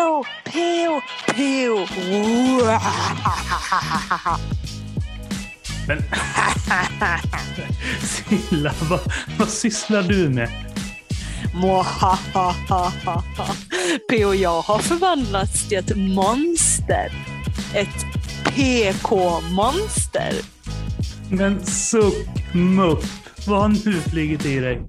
Peo, Peo, Peo. Men Silla, vad sysslar du med? Peo, jag har förvandlats till ett monster. Ett PK-monster. Men suck, mupp, vad har nu flugit i dig?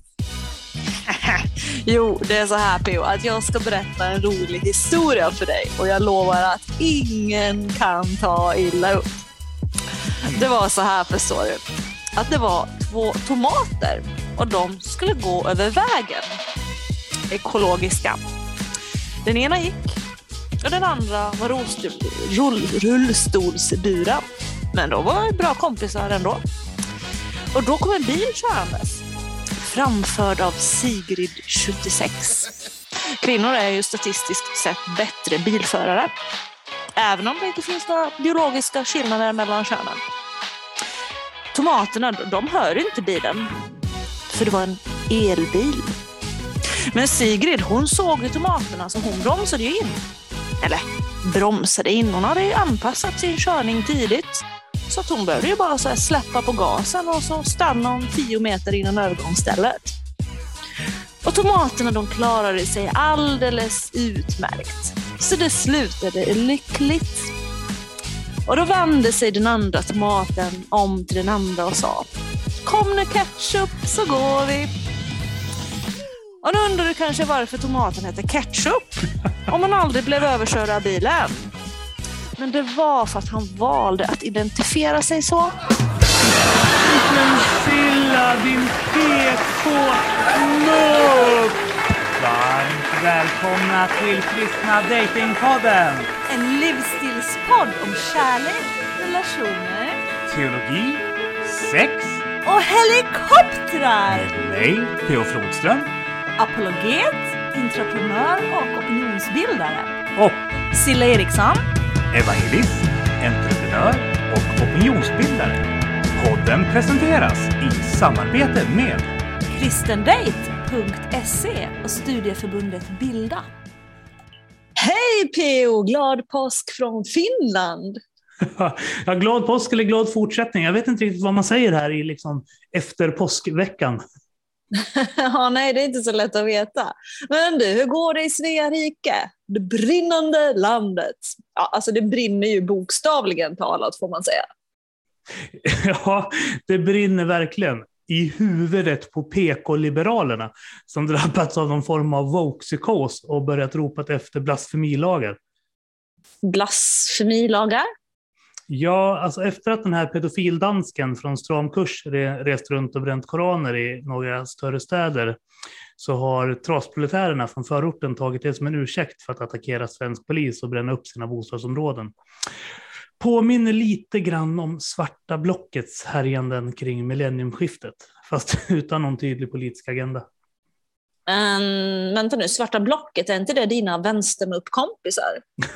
Jo, det är så här, Peo, att jag ska berätta en rolig historia för dig. Och jag lovar att ingen kan ta illa upp. Det var så här, förstår du. Att det var 2 tomater och de skulle gå över vägen. Ekologiska. Den ena gick och den andra var rullstolsburen. Men då var bra kompisar ändå. Och då kom en bil körandes. Framförd av Sigrid 76. Kvinnor är ju statistiskt sett bättre bilförare. Även om det inte finns några biologiska skillnader mellan könen. Tomaterna, de hör inte bilen. För det var en elbil. Men Sigrid, hon såg ju tomaterna så hon bromsade ju in. Eller bromsade in, hon hade ju anpassat sin körning tidigt. Så att hon behövde ju bara så här släppa på gasen och så stanna om 10 meter innan övergångsstället. Och tomaterna, de klarade sig alldeles utmärkt. Så det slutade lyckligt. Och då vände sig den andra tomaten om till den andra och sa: kom nu ketchup, så går vi. Och då undrar du kanske varför tomaten heter ketchup om han aldrig blev överkörd av bilen. Men det var för att han valde att identifiera sig så. Men Silla, din PK-mupp! Varmt välkomna till Kristna Datingpodden. En livsstilspodd om kärlek, relationer, teologi, sex och helikoptrar. Med mig, Theo Flodström. Apologet, entreprenör och opinionsbildare. Och Silla Eriksson. Evangelist, entreprenör och opinionsbildare. Podden presenteras i samarbete med kristendate.se och studieförbundet Bilda. Hej Peo, glad påsk från Finland. Ja, glad påsk eller glad fortsättning. Jag vet inte riktigt vad man säger här i liksom efter påskveckan. Ja, nej, det är inte så lätt att veta. Men du, hur går det i Svea rike? Det brinnande landet. Ja, alltså det brinner ju bokstavligen talat, får man säga. Ja, det brinner verkligen i huvudet på PK-liberalerna som drabbats av någon form av woke-psykos och börjat ropa efter blasfemilagar. Blasfemilagar? Ja, alltså efter att den här pedofildansken från Stramkurs rest runt och bränt koraner i några större städer så har trasproletärerna från förorten tagit det som en ursäkt för att attackera svensk polis och bränna upp sina bostadsområden. Påminner lite grann om svarta blockets härjanden kring millenniumskiftet, fast utan någon tydlig politisk agenda. Vänta nu, svarta blocket, är inte det dina vänstermuppkompisar?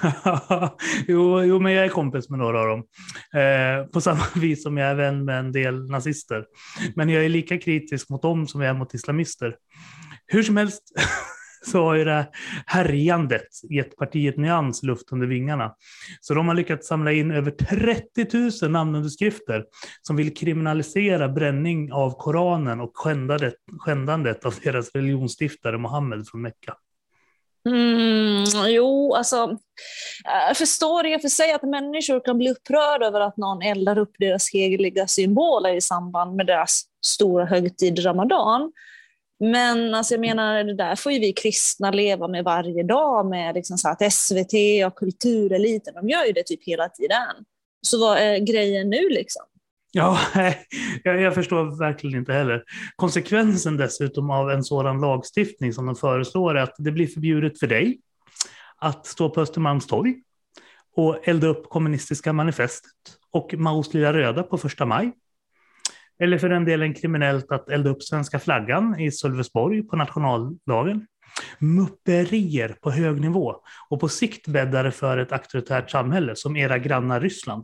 jo, men jag är kompis med några av dem. På samma vis som jag är vän med en del nazister. Men jag är lika kritisk mot dem som jag är mot islamister. Hur som helst så har ju det här härjandet gett partiet Nyans luft under vingarna. Så de har lyckats samla in över 30 000 namnunderskrifter som vill kriminalisera bränning av Koranen och skändandet av deras religionsstiftare Mohammed från Mekka. Jo, alltså jag förstår i och för sig att människor kan bli upprörda över att någon eldar upp deras heliga symboler i samband med deras stora högtid Ramadan. Men alltså, jag menar, det där får ju vi kristna leva med varje dag med liksom så att SVT och kultureliten, de gör ju det typ hela tiden. Så vad är grejen nu liksom? Ja, jag förstår verkligen inte heller. Konsekvensen dessutom av en sådan lagstiftning som de föreslår är att det blir förbjudet för dig att stå på Östermalmstorg och elda upp kommunistiska manifestet och Maos lilla röda på 1 maj. Eller för den delen kriminellt att elda upp svenska flaggan i Sölvesborg på nationaldagen. Mupperier på hög nivå och på sikt bäddare för ett auktoritärt samhälle som era grannar Ryssland.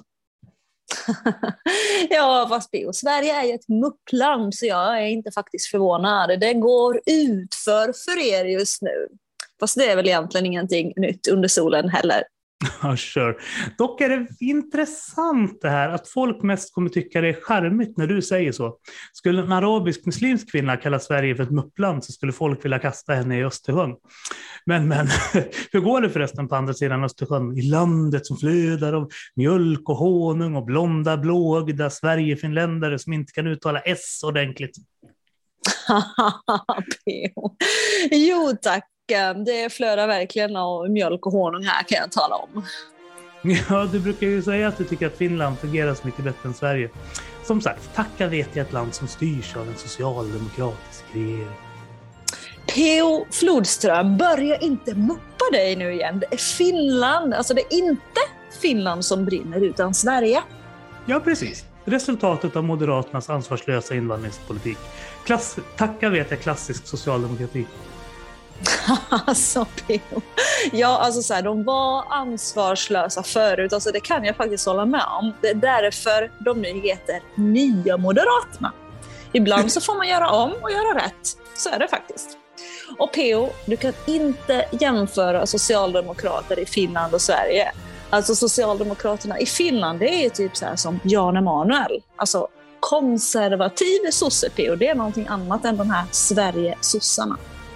Ja, fast Sverige är ju ett muppland så jag är inte faktiskt förvånad. Det går ut för er just nu. Fast det är väl egentligen ingenting nytt under solen heller. Ja, sure. Dock är det intressant det här att folk mest kommer tycka det är charmigt när du säger så. Skulle en arabisk muslimsk kvinna kalla Sverige för ett muppland så skulle folk vilja kasta henne i Östersjön. Men hur går det förresten på andra sidan Östersjön? I landet som flödar av mjölk och honung och blonda blåögda Sverigefinländare som inte kan uttala S ordentligt. Jo tack. Det flödar verkligen av mjölk och honung här, kan jag tala om. Ja, du brukar ju säga att du tycker att Finland fungerar så mycket bättre än Sverige. Som sagt, tacka vet jag ett land som styrs av en socialdemokratisk regering. P.O. Flodström, börja inte muppa dig nu igen. Det är Finland, alltså det är inte Finland som brinner utan Sverige. Ja, precis. Resultatet av Moderaternas ansvarslösa invandringspolitik. Tacka vet jag klassisk socialdemokrati. Alltså P.O. Ja, alltså så här, de var ansvarslösa förut, alltså det kan jag faktiskt hålla med om. Det är därför de nu heter Nya Moderaterna. Ibland så får man göra om och göra rätt. Så är det faktiskt. Och P.O., du kan inte jämföra socialdemokrater i Finland och Sverige. Alltså socialdemokraterna i Finland, det är ju typ så här som Jan Emanuel. Alltså konservativ sosse P.O., det är någonting annat än de här Sverige-sossarna.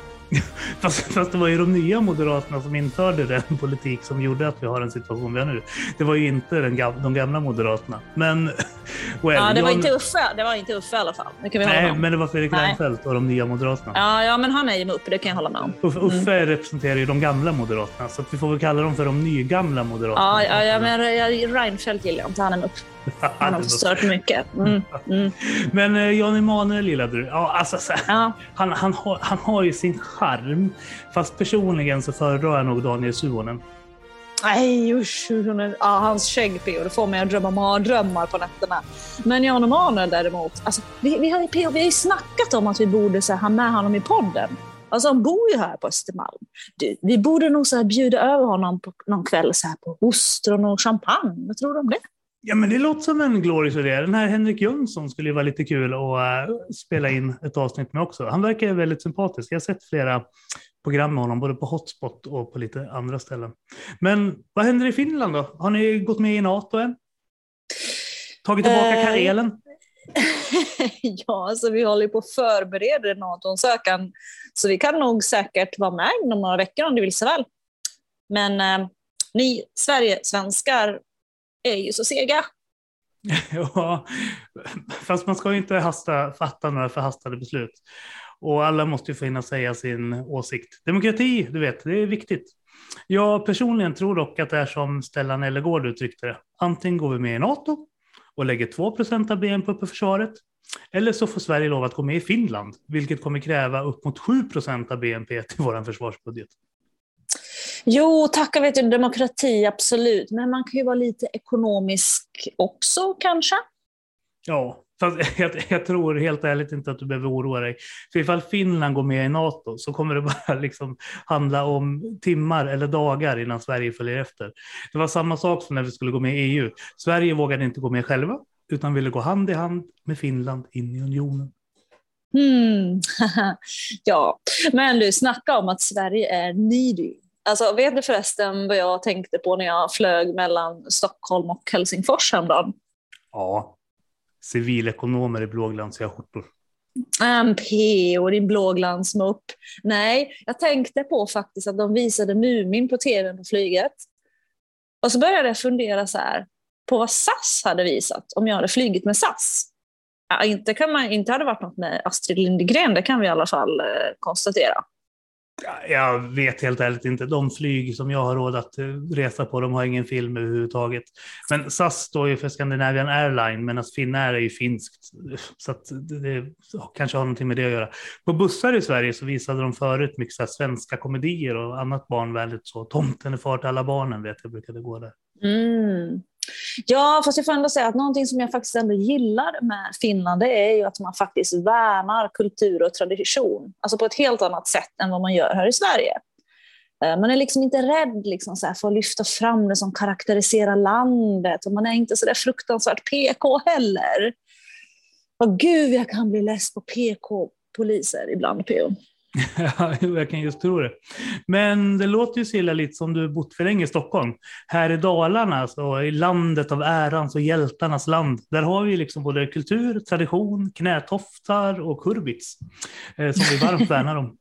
Fast det var ju de nya Moderaterna som införde den politik som gjorde att vi har en situation vi har nu. Det var ju inte de gamla Moderaterna. Men ja, det var inte Uffe i alla fall. Det kan vi hålla med om. Men det var Fredrik Reinfeldt och de nya Moderaterna. Ja, men han är ju med uppe, det kan jag hålla med om. Uffe representerar ju de gamla Moderaterna, så att vi får väl kalla dem för de nygamla Moderaterna. Ja, men Reinfeldt gillar jag inte, han är med upp. Han har förstört mycket. Men Jan Emanuel gillade du. Ja, alltså, han har ju sin charm. Fast personligen så föredrar jag nog Daniel Suhonen. Nej, usch. Hans skägg, P.O. Det får mig att drömma mardrömmar på nätterna. Men Jan Emanuel däremot. Alltså, vi har ju snackat om att vi borde så här, ha med honom i podden. Alltså han bor ju här på Östermalm. Vi borde nog så här, bjuda över honom på någon kväll så här, på ostron och champagne. Vad tror du om det? Ja, men det låter som en glorious idé. Den här Henrik Jönsson skulle ju vara lite kul att spela in ett avsnitt med också. Han verkar väldigt sympatisk. Jag har sett flera program med honom, både på Hotspot och på lite andra ställen. Men vad händer i Finland då? Har ni gått med i NATO än? Tagit tillbaka Karelen? Ja, alltså vi håller på att förbereda NATO-ansökan. Så vi kan nog säkert vara med inom några veckor om det vill så väl. Men ni Sverige-svenskar är ju så sega. Ja, fast man ska ju inte fatta några förhastade beslut. Och alla måste ju få hinna säga sin åsikt. Demokrati, du vet, det är viktigt. Jag personligen tror dock att det är som Stellan Ellegård uttryckte det. Antingen går vi med i NATO och lägger 2% av BNP på försvaret. Eller så får Sverige lov att gå med i Finland, vilket kommer kräva upp mot 7% av BNP till vår försvarsbudget. Jo, tackar vet du, demokrati, absolut. Men man kan ju vara lite ekonomisk också, kanske. Ja, fast jag tror helt ärligt inte att du behöver oroa dig. För ifall Finland går med i NATO så kommer det bara liksom handla om timmar eller dagar innan Sverige följer efter. Det var samma sak som när vi skulle gå med i EU. Sverige vågade inte gå med själva, utan ville gå hand i hand med Finland in i unionen. Ja, men du, snacka om att Sverige är needy. Alltså, vet du förresten vad jag tänkte på när jag flög mellan Stockholm och Helsingfors häromdagen? Ja, civilekonomer i blåglansiga skjortor. P.O. din blåglansmupp. Nej, jag tänkte på faktiskt att de visade Mumin på tv på flyget. Och så började jag fundera så här på vad SAS hade visat om jag hade flygit med SAS. Ja, inte hade varit något med Astrid Lindgren, det kan vi i alla fall konstatera. Jag vet helt ärligt inte. De flyg som jag har råd att resa på, de har ingen film överhuvudtaget. Men SAS står ju för Scandinavian Airline, medan Finnair är ju finskt. Så att det kanske har någonting med det att göra. På bussar i Sverige så visade de förut mycket så här svenska komedier och annat barnvänligt. Så Tomten är far till alla barnen, vet jag brukade gå där. Ja, fast jag får ändå säga att någonting som jag faktiskt ändå gillar med Finland, det är ju att man faktiskt värnar kultur och tradition. Alltså på ett helt annat sätt än vad man gör här i Sverige. Man är liksom inte rädd liksom så här för att lyfta fram det som karaktäriserar landet. Och man är inte så där fruktansvärt PK heller. Och gud, jag kan bli less på PK-poliser ibland, P.O. Ja, jag kan just tro det. Men det låter ju Silla lite som du bott för länge i Stockholm. Här i Dalarna, så i landet av ärans och hjältarnas land, där har vi liksom både kultur, tradition, knätoftar och kurbits som vi varmt värnar om.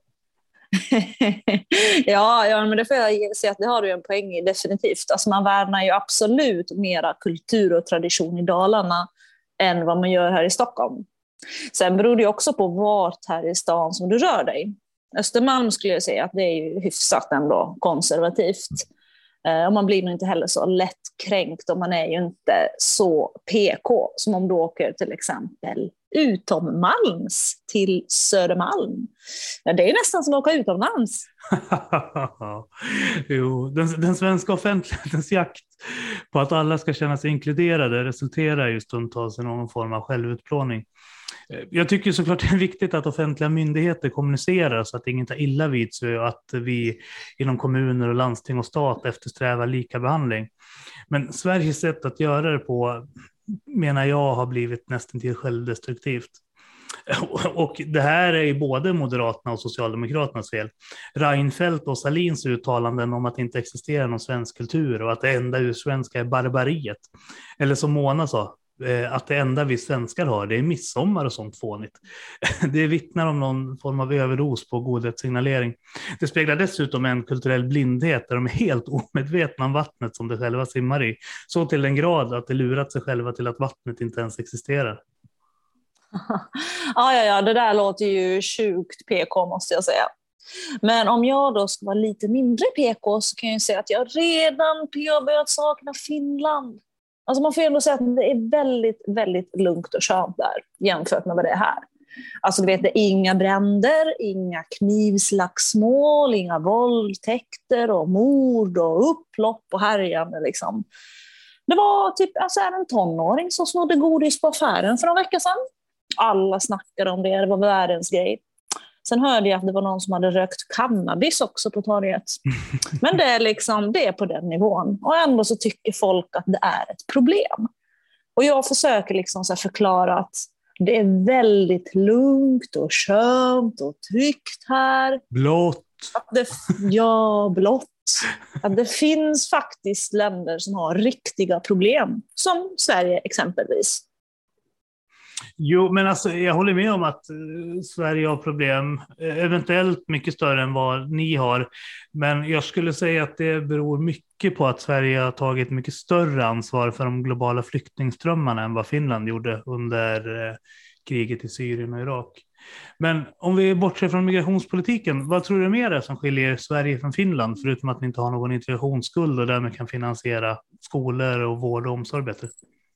Ja, men det får jag säga att det har du en poäng i, definitivt. Alltså man värnar ju absolut mera kultur och tradition i Dalarna än vad man gör här i Stockholm. Sen beror det också på vart här i stan som du rör dig. Östermalm skulle jag säga att det är ju hyfsat ändå konservativt. Och man blir nog inte heller så lätt kränkt, och man är ju inte så PK som om du åker till exempel utomlands till Södermalm. Ja, det är nästan som att åka utomlands. Jo, den svenska offentlighetens jakt på att alla ska känna sig inkluderade resulterar ju stundtals i någon form av självutplåning. Jag tycker såklart det är viktigt att offentliga myndigheter kommunicerar så att ingen tar illa vid sig och att vi inom kommuner och landsting och stat eftersträvar lika behandling. Men Sveriges sätt att göra det på, menar jag, har blivit nästan till självdestruktivt. Och det här är ju både Moderaterna och Socialdemokraternas fel. Reinfeldt och Salins uttalanden om att det inte existerar någon svensk kultur och att det enda ursvenska är barbariet. Eller som Mona sa, att det enda vi svenskar har, det är midsommar och sånt fånigt. Det vittnar om någon form av överdos på godhetssignalering. Det speglar dessutom en kulturell blindhet där de är helt omedvetna om vattnet som de själva simmar i. Så till den grad att de lurat sig själva till att vattnet inte ens existerar. Ja, det där låter ju sjukt PK, måste jag säga. Men om jag då ska vara lite mindre PK så kan jag säga att jag redan har börjat sakna Finland. Alltså man får ändå säga att det är väldigt, väldigt lugnt och skönt där jämfört med vad det är här. Alltså du vet, det är inga bränder, inga knivslagsmål, inga våldtäkter och mord och upplopp och härjande liksom. Det var typ en tonåring som snodde godis på affären för några veckor sedan. Alla snackade om det var världens grej. Sen hörde jag att det var någon som hade rökt cannabis också på torget. Men det är på den nivån. Och ändå så tycker folk att det är ett problem. Och jag försöker liksom så förklara att det är väldigt lugnt och skönt och tryggt här. Blått. Blått. Att det finns faktiskt länder som har riktiga problem. Som Sverige exempelvis. Jo, men alltså, jag håller med om att Sverige har problem, eventuellt mycket större än vad ni har. Men jag skulle säga att det beror mycket på att Sverige har tagit mycket större ansvar för de globala flyktingströmmarna än vad Finland gjorde under kriget i Syrien och Irak. Men om vi bortser från migrationspolitiken, vad tror du mer är som skiljer Sverige från Finland, förutom att vi inte har någon integrationsskuld och därmed kan finansiera skolor och vård och omsorg bättre?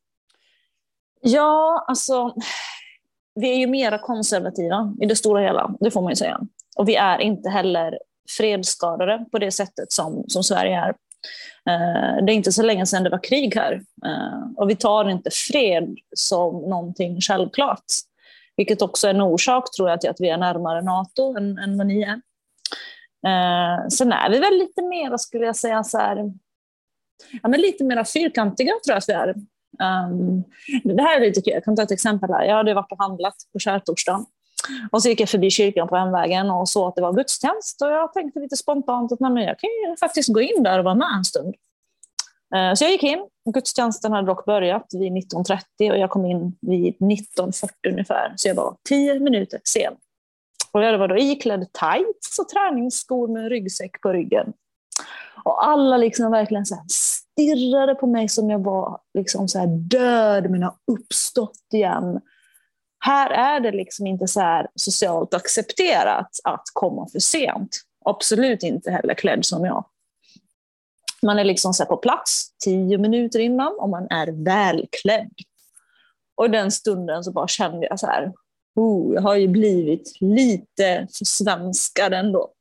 Ja, alltså vi är ju mera konservativa i det stora hela, det får man ju säga. Och vi är inte heller fredsskadade på det sättet som Sverige är. Det är inte så länge sedan det var krig här. Och vi tar inte fred som någonting självklart. Vilket också är en orsak, tror jag, till att vi är närmare NATO än vad ni är. Sen är vi väl lite mer, skulle jag säga, men lite mer fyrkantiga, tror jag att vi är. Det här är lite kul, jag kan ta ett exempel här. Jag hade varit och handlat på skärtorsdagen och så gick jag förbi kyrkan på hemvägen och så att det var gudstjänst, och jag tänkte lite spontant att jag kan ju faktiskt gå in där och vara med en stund. Så jag gick in, gudstjänsten hade dock börjat vid 19.30 och jag kom in vid 19.40 ungefär, så jag var 10 minuter sen. Och jag var då iklädd tights och träningsskor med ryggsäck på ryggen. Och alla liksom verkligen så här stirrade på mig som jag var liksom så här död, men har uppstått igen. Här är det liksom inte så här socialt accepterat att komma för sent. Absolut inte heller klädd som jag. Man är liksom så här på plats 10 minuter innan och man är välklädd. Och i den stunden så bara kände jag så här, jag har ju blivit lite för svenskad ändå.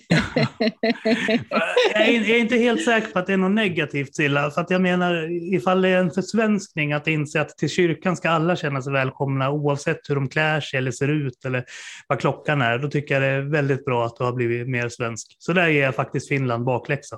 Jag är inte helt säker på att det är något negativt, Silla. För att jag menar, ifall det är en försvenskning att inse att till kyrkan ska alla känna sig välkomna oavsett hur de klär sig eller ser ut eller vad klockan är, då tycker jag det är väldigt bra att du har blivit mer svensk. Så där ger jag faktiskt Finland bakläxa.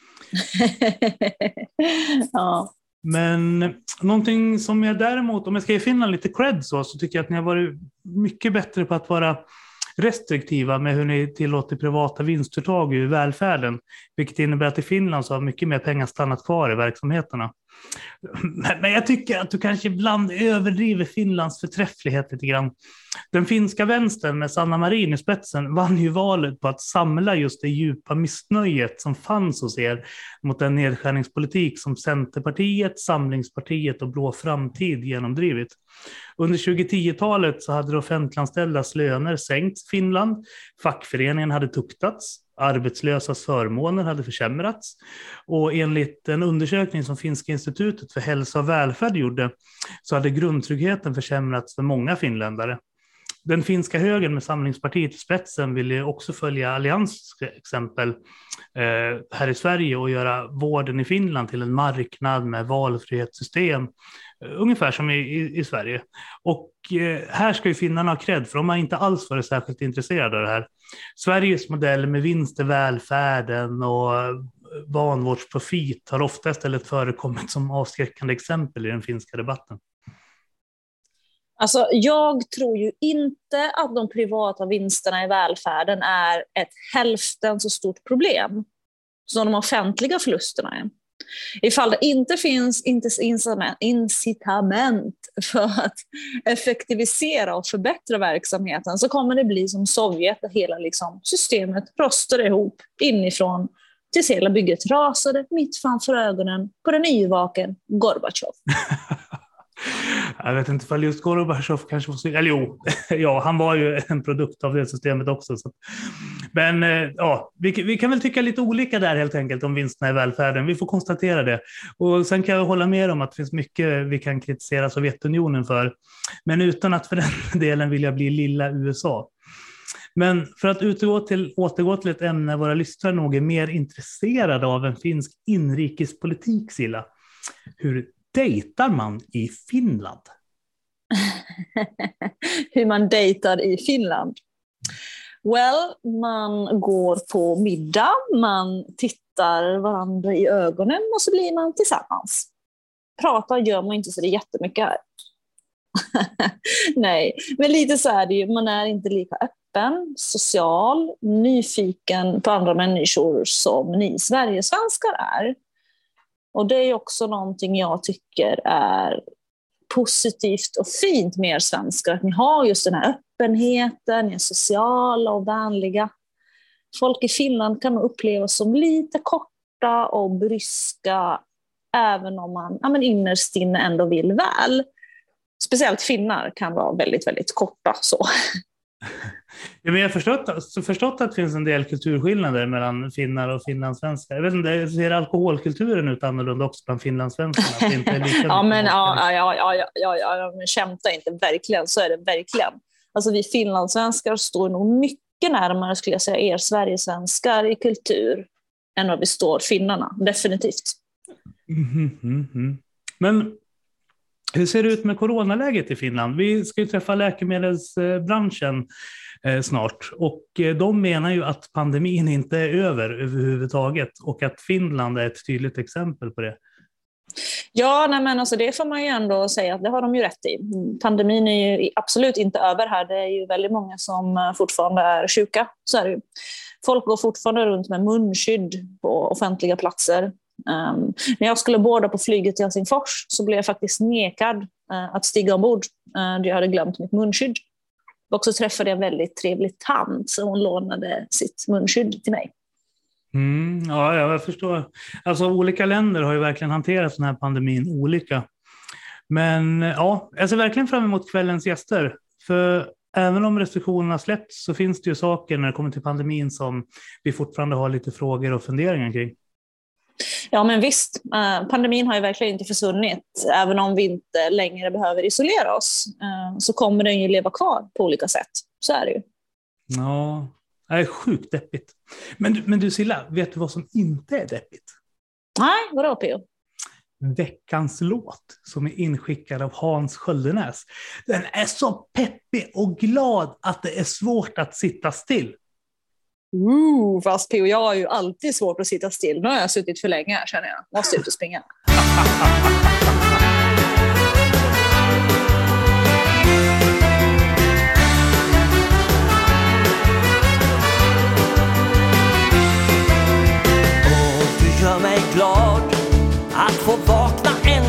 Ja. Men någonting som jag däremot, om jag ska ge Finland lite cred så tycker jag att ni har varit mycket bättre på att vara restriktiva med hur ni tillåter privata vinstuttag i välfärden, vilket innebär att i Finland så har mycket mer pengar stannat kvar i verksamheterna. Men jag tycker att du kanske ibland överdriver Finlands förträfflighet lite grann. Den finska vänstern med Sanna Marin i spetsen vann ju valet på att samla just det djupa missnöjet som fanns hos er mot den nedskärningspolitik som Centerpartiet, Samlingspartiet och Blå framtid genomdrivit. Under 2010-talet så hade det offentliganställdas löner sänkts i Finland, fackföreningen hade tuktats, arbetslösas förmåner hade försämrats och enligt en undersökning som Finska institutet för hälsa och välfärd gjorde så hade grundtryggheten försämrats för många finländare. Den finska högern med Samlingspartiet i spetsen ville också följa Allians exempel här i Sverige och göra vården i Finland till en marknad med valfrihetssystem, ungefär som i Sverige. Och här ska ju finnarna ha cred, för de har inte alls varit särskilt intresserade av det här. Sveriges modell med vinst i välfärden och vanvårdsprofit har ofta istället förekommit som avskräckande exempel i den finska debatten. Alltså, jag tror ju inte att de privata vinsterna i välfärden är ett hälften så stort problem som de offentliga förlusterna är. Ifall det inte finns incitament för att effektivisera och förbättra verksamheten så kommer det bli som Sovjet, där hela systemet rostar ihop inifrån tills hela bygget rasade mitt framför ögonen på den nyvaken Gorbatjov. Jag vet inte ifall just Gorbatjov kanske var eller jo, ja, han var ju en produkt av det systemet också. Så. Men ja, vi kan väl tycka lite olika där helt enkelt om vinsterna i välfärden. Vi får konstatera det. Och sen kan jag hålla med om att det finns mycket vi kan kritisera Sovjetunionen för. Men utan att för den delen vilja bli lilla USA. Men för att återgå till ett ämne våra lyssnare nog är mer intresserade av en finsk inrikespolitik, Silla. Hur dejtar man i Finland? Hur man dejtar i Finland? Well, man går på middag, man tittar varandra i ögonen och så blir man tillsammans. Prata gör man inte så det är jättemycket här. Nej, men lite så är det ju. Man är inte lika öppen, social, nyfiken på andra människor som ni Sverigesvenskar är. Och det är också någonting jag tycker är positivt och fint med er svenskar. Att ni har just den här öppenheten, ni är sociala och vänliga. Folk i Finland kan upplevas som lite korta och bryska, även om man innerst inne ändå vill väl. Speciellt finnar kan vara väldigt, väldigt korta så. Ja, men jag har förstått att det finns en del kulturskillnader mellan finnar och finlandssvenskar. Jag vet inte, ser alkoholkulturen ut annorlunda också bland finlandssvenskarna? Inte är lika men skämta inte, verkligen, så är det verkligen. Alltså vi finlandssvenskar står nog mycket närmare, skulle jag säga, er Sverigesvenskar i kultur än vad vi står finnarna, definitivt. Men hur ser det ut med coronaläget i Finland? Vi ska ju träffa läkemedelsbranschen snart och de menar ju att pandemin inte är över överhuvudtaget och att Finland är ett tydligt exempel på det. Ja, men alltså det får man ju ändå säga att det har de ju rätt i. Pandemin är ju absolut inte över här. Det är ju väldigt många som fortfarande är sjuka. Så är det ju. Folk går fortfarande runt med munskydd på offentliga platser. När jag skulle båda på flyget till Helsingfors så blev jag faktiskt nekad att stiga ombord. Jag hade glömt mitt munskydd. Och så träffade jag en väldigt trevlig tant så hon lånade sitt munskydd till mig. Ja, jag förstår. Alltså olika länder har ju verkligen hanterat den här pandemin olika. Men ja, jag ser verkligen fram emot kvällens gäster. För även om restriktionerna släppts så finns det ju saker när det kommer till pandemin som vi fortfarande har lite frågor och funderingar kring. Ja, men visst. Pandemin har ju verkligen inte försvunnit. Även om vi inte längre behöver isolera oss så kommer den ju leva kvar på olika sätt. Så är det ju. Ja, det är sjukt deppigt. Men du Silla, vet du vad som inte är deppigt? Nej, vadå P.O.? Veckans låt som är inskickad av Hans Sköldenäs. Den är så peppig och glad att det är svårt att sitta still. Fast P.O. jag har ju alltid svårt att sitta still. Nu har jag suttit för länge här, känner jag. Måste ut och springa.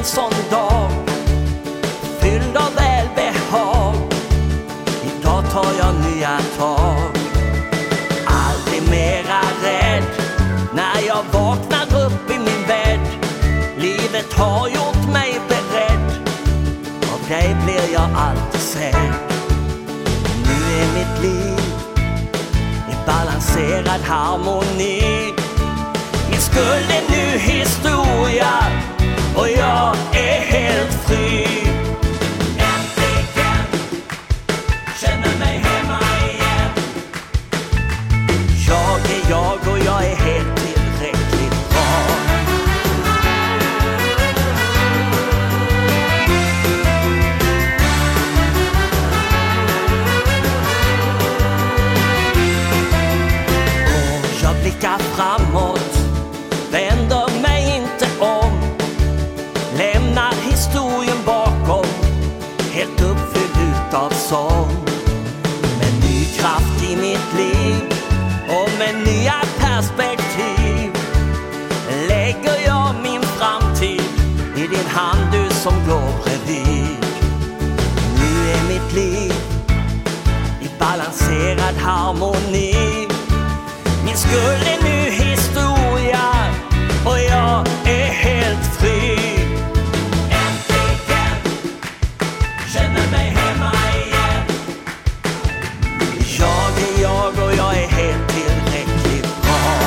sån dag, fylld av välbehag. Idag tar jag nya tag. Aldrig mera rädd när jag vaknar upp i min bädd. Livet har gjort mig beredd, av dig blir jag alltid sedd. Nu är mitt liv i balanserad harmoni. Min skuld är nu historia och jag är helt fri. Äntligen känner mig hemma igen. Jag är jag och jag är helt tillräckligt bra. Och jag blickar framåt, vänder mig inte om, lämnar historien bakom, helt uppfylld utav sång. Med ny kraft i mitt liv och med nya perspektiv lägger jag min framtid i din hand, du som går bredvid. Nu är mitt liv i balanserad harmoni. Min skuld är nu historia och jag är helt fri. Äntligen känner mig hemma igen. Jag är jag och jag är helt tillräckligt bra.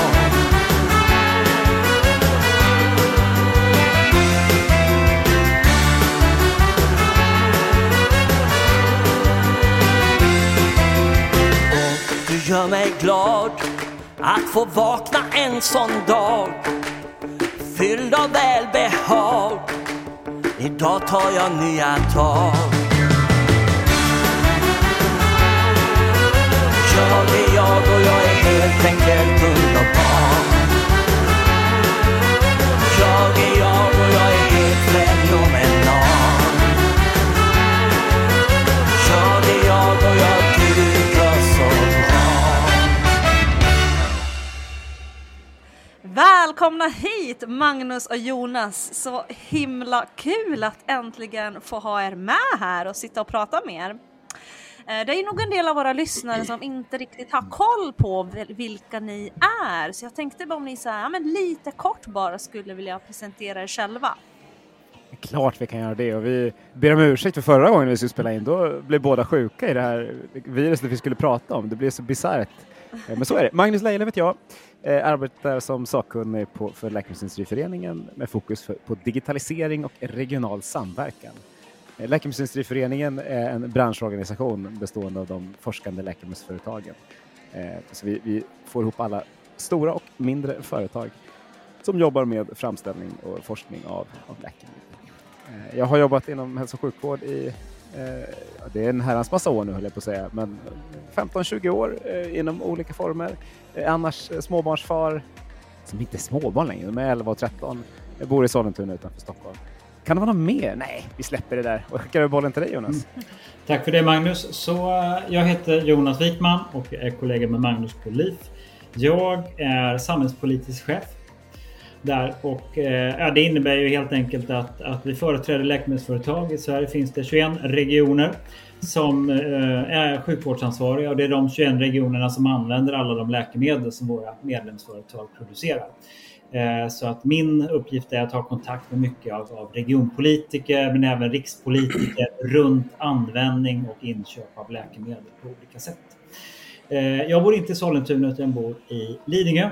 Och du gör mig glad att få vakna en sån dag, fylld av välbehag. Idag tar jag nya tag. Jag är jag och jag är helt enkelt underbar. Jag är jag och jag är helt fenomenal. Jag är jag och jag duger så bra. Välkomna hit Magnus och Jonas. Så himla kul att äntligen få ha er med här och sitta och prata med er. Det är nog en del av våra lyssnare som inte riktigt har koll på vilka ni är. Så jag tänkte om ni så här, men lite kort bara skulle vilja presentera er själva. Klart vi kan göra det, och vi ber om ursäkt för förra gången vi skulle spela in. Då blev båda sjuka i det här viruset vi skulle prata om. Det blev så bisarrt. Men så är det. Magnus Leijlöw heter jag. Arbetar som sakkunnig för Läkemedelsindustriföreningen med fokus på digitalisering och regional samverkan. Läkemedelsindustriföreningen är en branschorganisation bestående av de forskande läkemedelsföretagen. Så vi får ihop alla stora och mindre företag som jobbar med framställning och forskning av läkemedel. Jag har jobbat inom hälso- och sjukvård i det är en herrans massa år nu, höll jag på att säga, men 15-20 år inom olika former. Annars småbarnsfar, som inte är småbarn längre, de är 11 och 13. Jag bor i Sollentuna utanför Stockholm. Kan det vara något mer? Nej, vi släpper det där. Och skickar bollen till dig, Jonas. Tack för det, Magnus. Så jag heter Jonas Wikman och är kollega med Magnus på LIF. Jag är samhällspolitisk chef där, och det innebär ju helt enkelt att vi företräder läkemedelsföretag. I Sverige finns det 21 regioner som är sjukvårdsansvariga, och det är de 21 regionerna som använder alla de läkemedel som våra medlemsföretag producerar. Så att min uppgift är att ha kontakt med mycket av regionpolitiker, men även rikspolitiker runt användning och inköp av läkemedel på olika sätt. Jag bor inte i Sollentuna utan jag bor i Lidingö,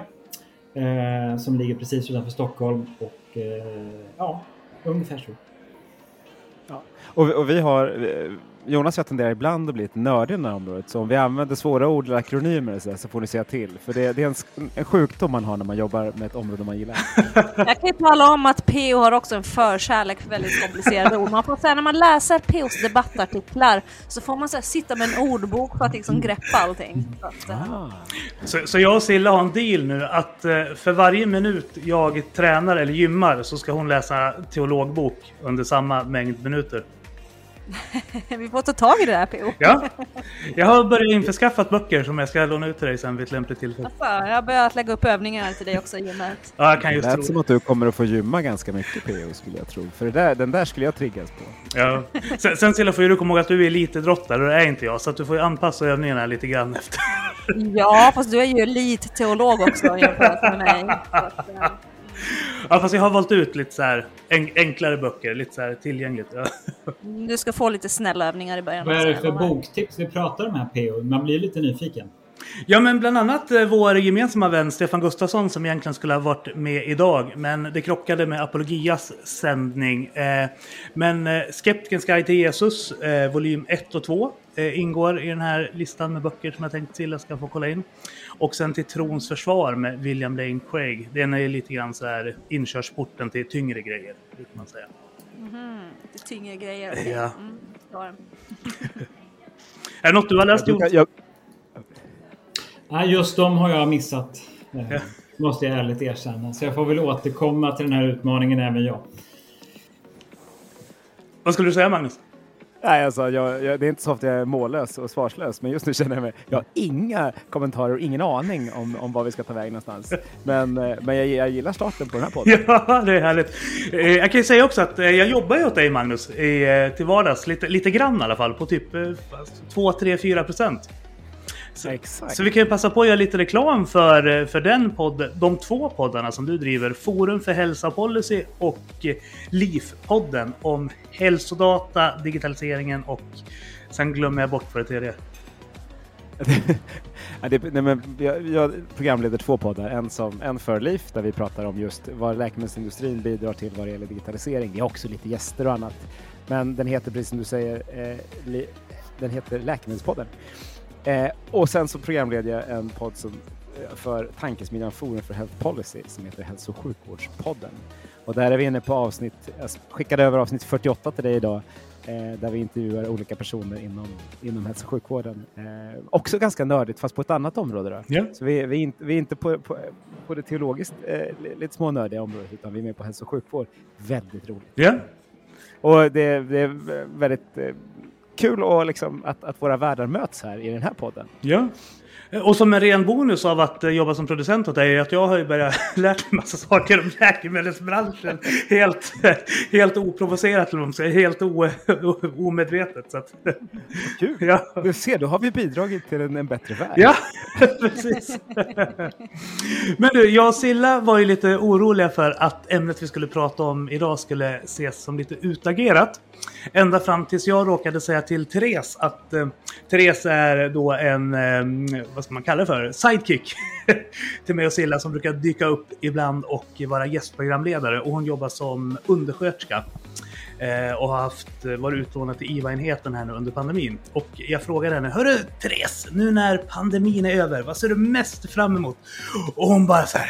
som ligger precis utanför Stockholm, och ungefär så. Ja. Och vi har, Jonas, jag tenderar ibland att bli ett nörd i det här området, så om vi använder svåra ord eller akronymer så får ni säga till, för det är en sjukdom man har när man jobbar med ett område man gillar. Jag kan ju tala om att PO har också en förkärlek för väldigt komplicerade ord. Man får säga, när man läser POs debattartiklar så får man så här, sitta med en ordbok för att liksom greppa allting. Så jag och Silla har en deal nu att för varje minut jag tränar eller gymmar så ska hon läsa teologbok under samma mängd minuter. Vi får ta tag i det här, P.O. Ja, jag har börjat införskaffat böcker som jag ska låna ut till dig sen vid ett lämpligt tillfälle. Alltså, jag har börjat lägga upp övningar till dig också. Ja, jag kan just det tro lät som att du kommer att få gymma ganska mycket, P.O. skulle jag tro. För den där skulle jag triggas på. Ja. Sen Silla, får ju du komma ihåg att du är elitidrottare och det är inte jag. Så att du får ju anpassa övningarna lite grann efter. Ja, fast du är ju elitteolog också jämfört med mig. Ja, fast jag har valt ut lite så här enklare böcker, lite så här tillgängligt. Ja. Du ska få lite snälla övningar i början. Vad är det för boktips vi pratar om här, P.O.? Man blir lite nyfiken. Ja, men bland annat vår gemensamma vän Stefan Gustafsson som egentligen skulle ha varit med idag, men det krockade med Apologias sändning. Men Skeptikens guide till Jesus, volym 1 och 2, ingår i den här listan med böcker som jag tänkte till jag ska få kolla in. Och sen till Trons försvar med William Lane Craig. Den är lite grann så här inkörsporten till tyngre grejer, kan man säga. Lite tyngre grejer. Ja. Ja. Är det något du har läst, Jon? Nej, just de har jag missat. Måste jag ärligt erkänna. Så jag får väl återkomma till den här utmaningen även jag. Vad skulle du säga, Magnus? Nej, alltså, det är inte så ofta jag är mållös och svarslös, men just nu känner jag mig... Jag har inga kommentarer och ingen aning om vad vi ska ta väg någonstans. Men jag gillar starten på den här podden. Ja, det är härligt. Jag kan ju säga också att jag jobbar ju åt dig, Magnus, till vardags. Lite grann i alla fall, på typ 2-4%. Så vi kan ju passa på att göra lite reklam för den de 2 poddarna som du driver. Forum för hälsa och policy och LIF-podden om hälsodata, digitaliseringen och sen glömmer jag bort för det tredje. Jag programleder 2 poddar. En för LIF där vi pratar om just vad läkemedelsindustrin bidrar till vad det gäller digitalisering. Det är också lite gäster och annat. Men den heter, precis som du säger, den heter Läkemedelspodden. Och sen så programleder jag en podd för tankesmedjan Forum för Health Policy som heter Hälso- och sjukvårdspodden. Och där är vi inne på jag skickade över avsnitt 48 till dig idag där vi intervjuar olika personer inom hälso- och sjukvården. Också ganska nördigt fast på ett annat område då. Yeah. Så vi är inte på det teologiskt lite smånördiga området utan vi är med på hälso- och sjukvård. Väldigt roligt. Yeah. Och det är väldigt... kul och liksom att våra världar möts här i den här podden. Ja. Och som en ren bonus av att jobba som producent åt dig är att jag har ju börjat lärt mig massa saker om läkemedelsbranschen helt oprovocerat eller så, helt omedvetet. Så att, kul. Ja. Du ser, då har vi bidragit till en bättre värld. Ja, precis. Men du, jag och Silla var ju lite oroliga för att ämnet vi skulle prata om idag skulle ses som lite utagerat. Ända fram tills jag råkade säga till Therese att Therese är då en, vad ska man kalla det för, sidekick till mig och Silla som brukar dyka upp ibland och vara gästprogramledare. Och hon jobbar som undersköterska och har varit utlånad till IVA-enheten här nu under pandemin. Och jag frågade henne, hörru Therese, nu när pandemin är över, vad ser du mest fram emot? Och hon bara så här,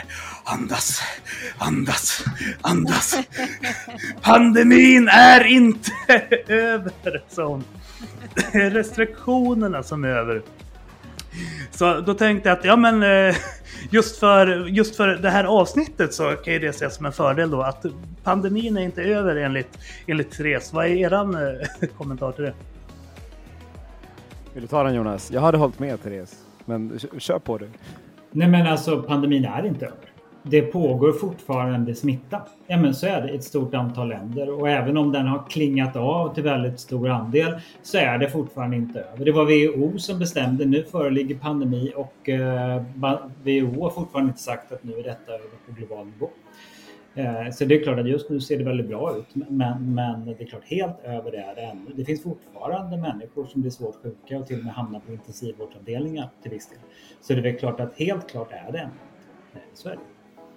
andas. Pandemin är inte över, sa hon. Restriktionerna som är över. Så då tänkte jag att just för det här avsnittet så kan ju det ses som en fördel då att pandemin är inte över enligt Therese. Vad är eran kommentar till det? Vill du ta den, Jonas? Jag hade hållit med Therese, men kör på det. Nej, men alltså pandemin är inte över. Det pågår fortfarande smitta. Ja, men så är det i ett stort antal länder. Och även om den har klingat av till väldigt stor andel så är det fortfarande inte över. Det var WHO som bestämde. Nu föreligger pandemi och WHO har fortfarande inte sagt att nu är detta över på global nivå. Så det är klart att just nu ser det väldigt bra ut. Men det är klart, helt över det är det ännu. Det finns fortfarande människor som blir svårt sjuka och till och med hamnar på intensivvårdsavdelningar till viss del. Så det är väl klart att helt klart är det ännu. Så är det.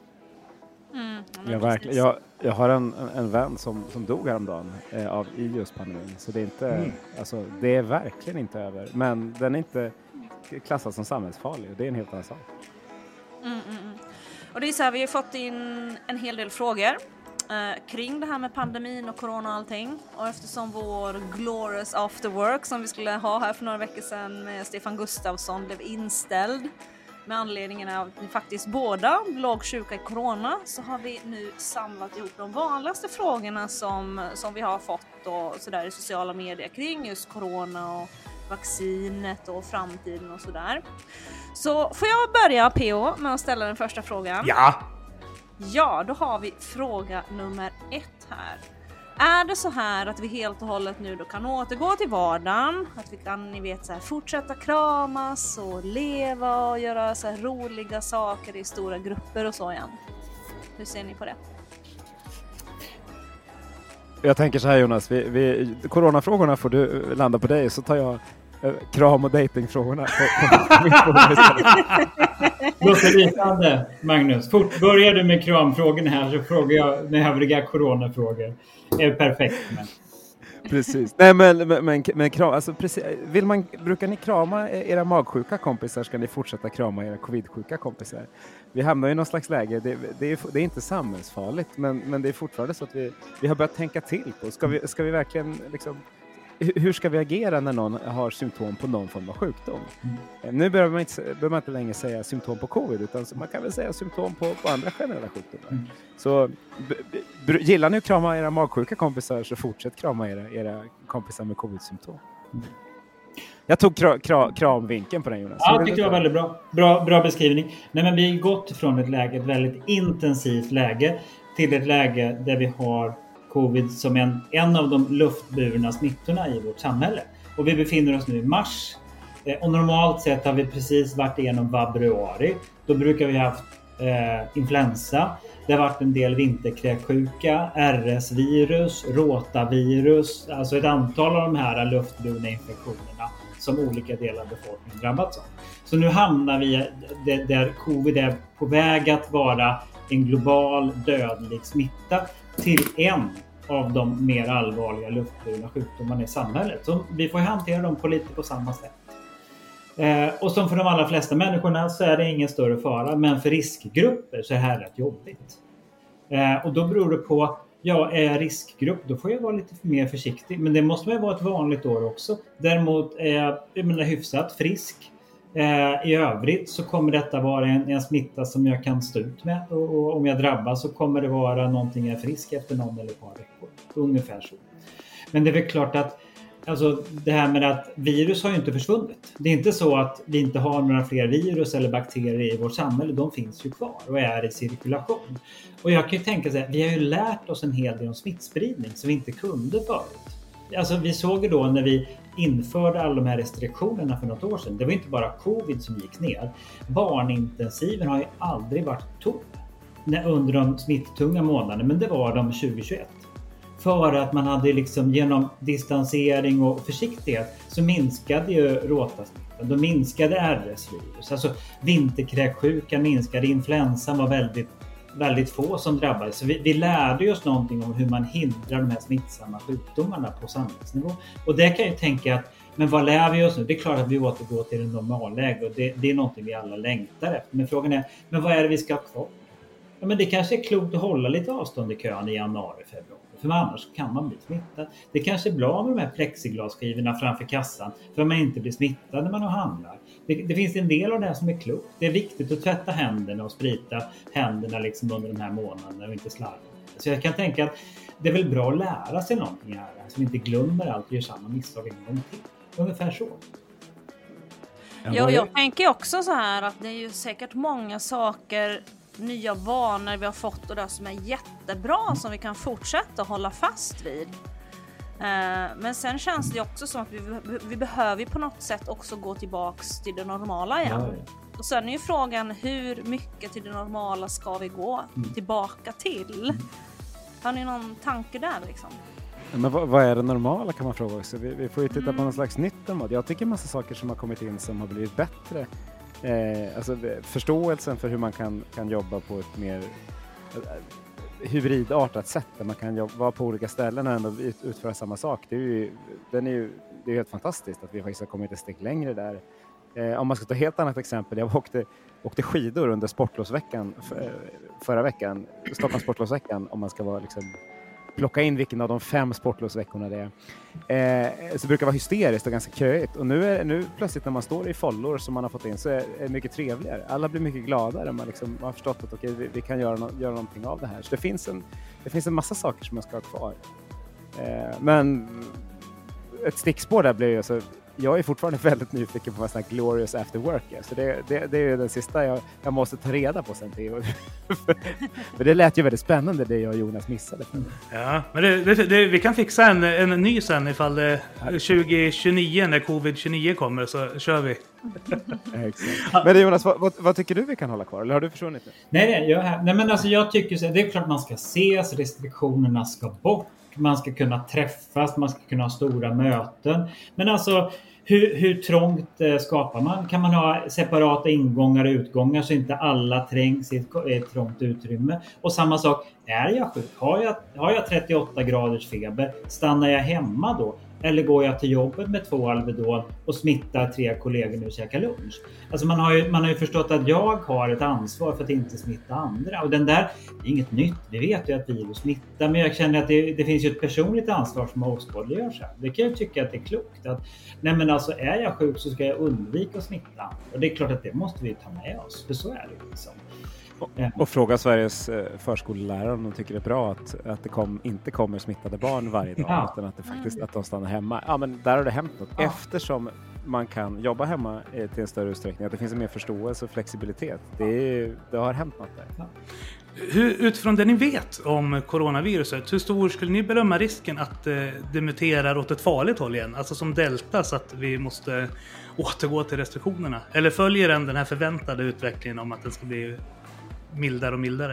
Jag har en vän som dog häromdagen i just pandemin. Så det är inte, alltså, det är verkligen inte över. Men den är inte klassad som samhällsfarlig. Det är en helt annan sak. Och det är så här, vi har fått in en hel del frågor kring det här med pandemin och corona och allting. Och eftersom vår Glorious After Work som vi skulle ha här för några veckor sedan med Stefan Gustafsson blev inställd med anledningen av att vi faktiskt båda låg sjuka i corona, så har vi nu samlat ihop de vanligaste frågorna som vi har fått och sådär i sociala medier kring just corona och vaccinet och framtiden och sådär. Så får jag börja, P.O., med att ställa den första frågan? Ja, då har vi fråga nummer 1 här. Är det så här att vi helt och hållet nu då kan återgå till vardagen? Att vi kan, ni vet, så här, fortsätta kramas och leva och göra så här roliga saker i stora grupper och så igen? Hur ser ni på det? Jag tänker så här, Jonas, coronafrågorna får du landa på dig, så tar jag kram- och datingfrågorna på mitt bord. Låter liknande, Magnus. Fort börjar du med kramfrågorna här, så frågar jag med övriga coronafrågor. Det är perfekt. Men. Precis. Nej, men kram, alltså, precis, brukar ni krama era magsjuka kompisar, ska ni fortsätta krama era covidsjuka kompisar? Vi hamnar i någon slags läge, det är inte samhällsfarligt, men det är fortfarande så att vi har börjat tänka till på, ska vi verkligen liksom, hur ska vi agera när någon har symptom på någon form av sjukdom? Nu behöver man inte längre säga symptom på covid, utan man kan väl säga symptom på andra generella sjukdomar. Så gillar ni att krama era magsjuka kompisar, så fortsätt krama era kompisar med covid-symptom. Jag tog kramvinkeln på den, Jonas. Ja, jag tyckte det var väldigt bra beskrivning. Nej, men vi har gått från ett väldigt intensivt läge till ett läge där vi har covid som en av de luftburna smittorna i vårt samhälle. Och vi befinner oss nu i mars. Och normalt sett har vi precis varit igenom februari. Då brukar vi ha haft influensa. Det har varit en del vinterkräksjuka, RS-virus, rotavirus. Alltså ett antal av de här luftburna infektionerna som olika delar av befolkningen drabbats av. Så nu hamnar vi där covid är på väg att vara en global dödlig smitta till en av de mer allvarliga luftburna sjukdomarna i samhället. Så vi får hantera dem på samma sätt. Och som för de allra flesta människorna så är det ingen större fara, men för riskgrupper så är det här rätt jobbigt. Och då beror det på, är jag riskgrupp, då får jag vara lite mer försiktig. Men det måste man vara ett vanligt år också. Däremot är jag hyfsat frisk. I övrigt så kommer detta vara en smitta som jag kan stå ut med, och om jag drabbas så kommer det vara någonting jag är frisk efter någon eller ett par veckor. Ungefär så. Men det är väl klart att alltså, det här med att virus har ju inte försvunnit. Det är inte så att vi inte har några fler virus eller bakterier i vårt samhälle. De finns ju kvar och är i cirkulation. Och jag kan ju tänka så här, vi har ju lärt oss en hel del om smittspridning som vi inte kunde förut. Alltså vi såg ju då när vi införde alla de här restriktionerna för något år sedan. Det var inte bara covid som gick ner. Barnintensiven har ju aldrig varit tom under de smittunga månaderna, men det var de 2021. För att man hade liksom genom distansering och försiktighet så minskade ju rotasmittan. Då minskade RS-virus. Alltså vinterkräksjuka minskade, influensan var väldigt få som drabbades. Så vi lärde oss någonting om hur man hindrar de här smittsamma sjukdomarna på samhällsnivå. Och det kan jag ju tänka att, men vad lär vi oss nu? Det är klart att vi återgår till en normalläge och det är någonting vi alla längtar efter. Men frågan är, men vad är det vi ska ha kvar? Ja, men det kanske är klokt att hålla lite avstånd i kön i januari, februari. För annars kan man bli smittad. Det kanske är bra med de här plexiglasskivorna framför kassan för att man inte blir smittad när man handlar. Det finns en del av det här som är klokt. Det är viktigt att tvätta händerna och sprita händerna liksom under de här månaderna och inte slarva. Så jag kan tänka att det är väl bra att lära sig någonting här. Så vi inte glömmer allt och gör samma misstag en gång till. Ungefär så. Ja, jag tänker också så här att det är ju säkert många saker, nya vanor vi har fått och det som är jättebra som vi kan fortsätta hålla fast vid. Men sen känns det också som att vi behöver på något sätt också gå tillbaks till det normala igen. Ja. Och sen är ju frågan, hur mycket till det normala ska vi gå tillbaka till? Har ni någon tanke där liksom? Men vad är det normala kan man fråga också. Vi får ju titta på någon slags nytt normalt. Jag tycker en massa saker som har kommit in som har blivit bättre. Alltså förståelsen för hur man kan jobba på ett mer hybridartat sätt där man kan vara på olika ställen och ändå utföra samma sak. Det är helt fantastiskt att vi faktiskt har kommit ett steg längre där. Om man ska ta ett helt annat exempel, jag åkte skidor under sportlovsveckan förra veckan, Stockholms sportlovsveckan, om man ska vara liksom plocka in vilken av de 5 sportlovsveckorna det är. Så det brukar vara hysteriskt och ganska köigt. Och nu plötsligt när man står i follor som man har fått in så är det mycket trevligare. Alla blir mycket gladare. Man liksom har förstått att okej, vi kan göra någonting av det här. Så det finns en massa saker som man ska ha kvar. Men ett stickspår där blir ju alltså, jag är fortfarande väldigt nyfiken på vad sån här glorious after work är. Så det är den sista jag måste ta reda på sen till. För det lät ju väldigt spännande det jag och Jonas missade. Ja, men vi kan fixa en ny sen ifall det 2029 när covid-29 kommer så kör vi. Exakt. Men Jonas, vad tycker du vi kan hålla kvar? Eller har du försvunnit nu? Nej, men alltså jag tycker så, det är klart man ska ses, restriktionerna ska bort. Man ska kunna träffas, man ska kunna ha stora möten. Men alltså, hur trångt skapar man? Kan man ha separata ingångar och utgångar så inte alla trängs i ett trångt utrymme? Och samma sak, är jag sjuk? Har jag 38 graders feber? Stannar jag hemma då? Eller går jag till jobbet med 2 Alvedon och smittar 3 kollegor nu och käkar lunch? Alltså man har ju förstått att jag har ett ansvar för att inte smitta andra. Och den där, det är inget nytt. Vi vet ju att virus smittar. Men jag känner att det finns ju ett personligt ansvar som åskådliggörs här. Det kan jag tycka att det är klokt. Att, nej men alltså är jag sjuk så ska jag undvika att smitta. Och det är klart att det måste vi ta med oss. För så är det liksom. Och fråga Sveriges förskollärare om de tycker det är bra att det inte kommer smittade barn varje dag utan att det faktiskt att de stannar hemma. Ja, men där har det hänt något. Eftersom man kan jobba hemma till en större utsträckning, att det finns en mer förståelse och flexibilitet. Det har hänt något där. Ja. Utifrån det ni vet om coronaviruset, hur stor skulle ni bedöma risken att det muterar åt ett farligt håll igen? Alltså som delta, så att vi måste återgå till restriktionerna? Eller följer den här förväntade utvecklingen om att den ska bli mildare och mildare?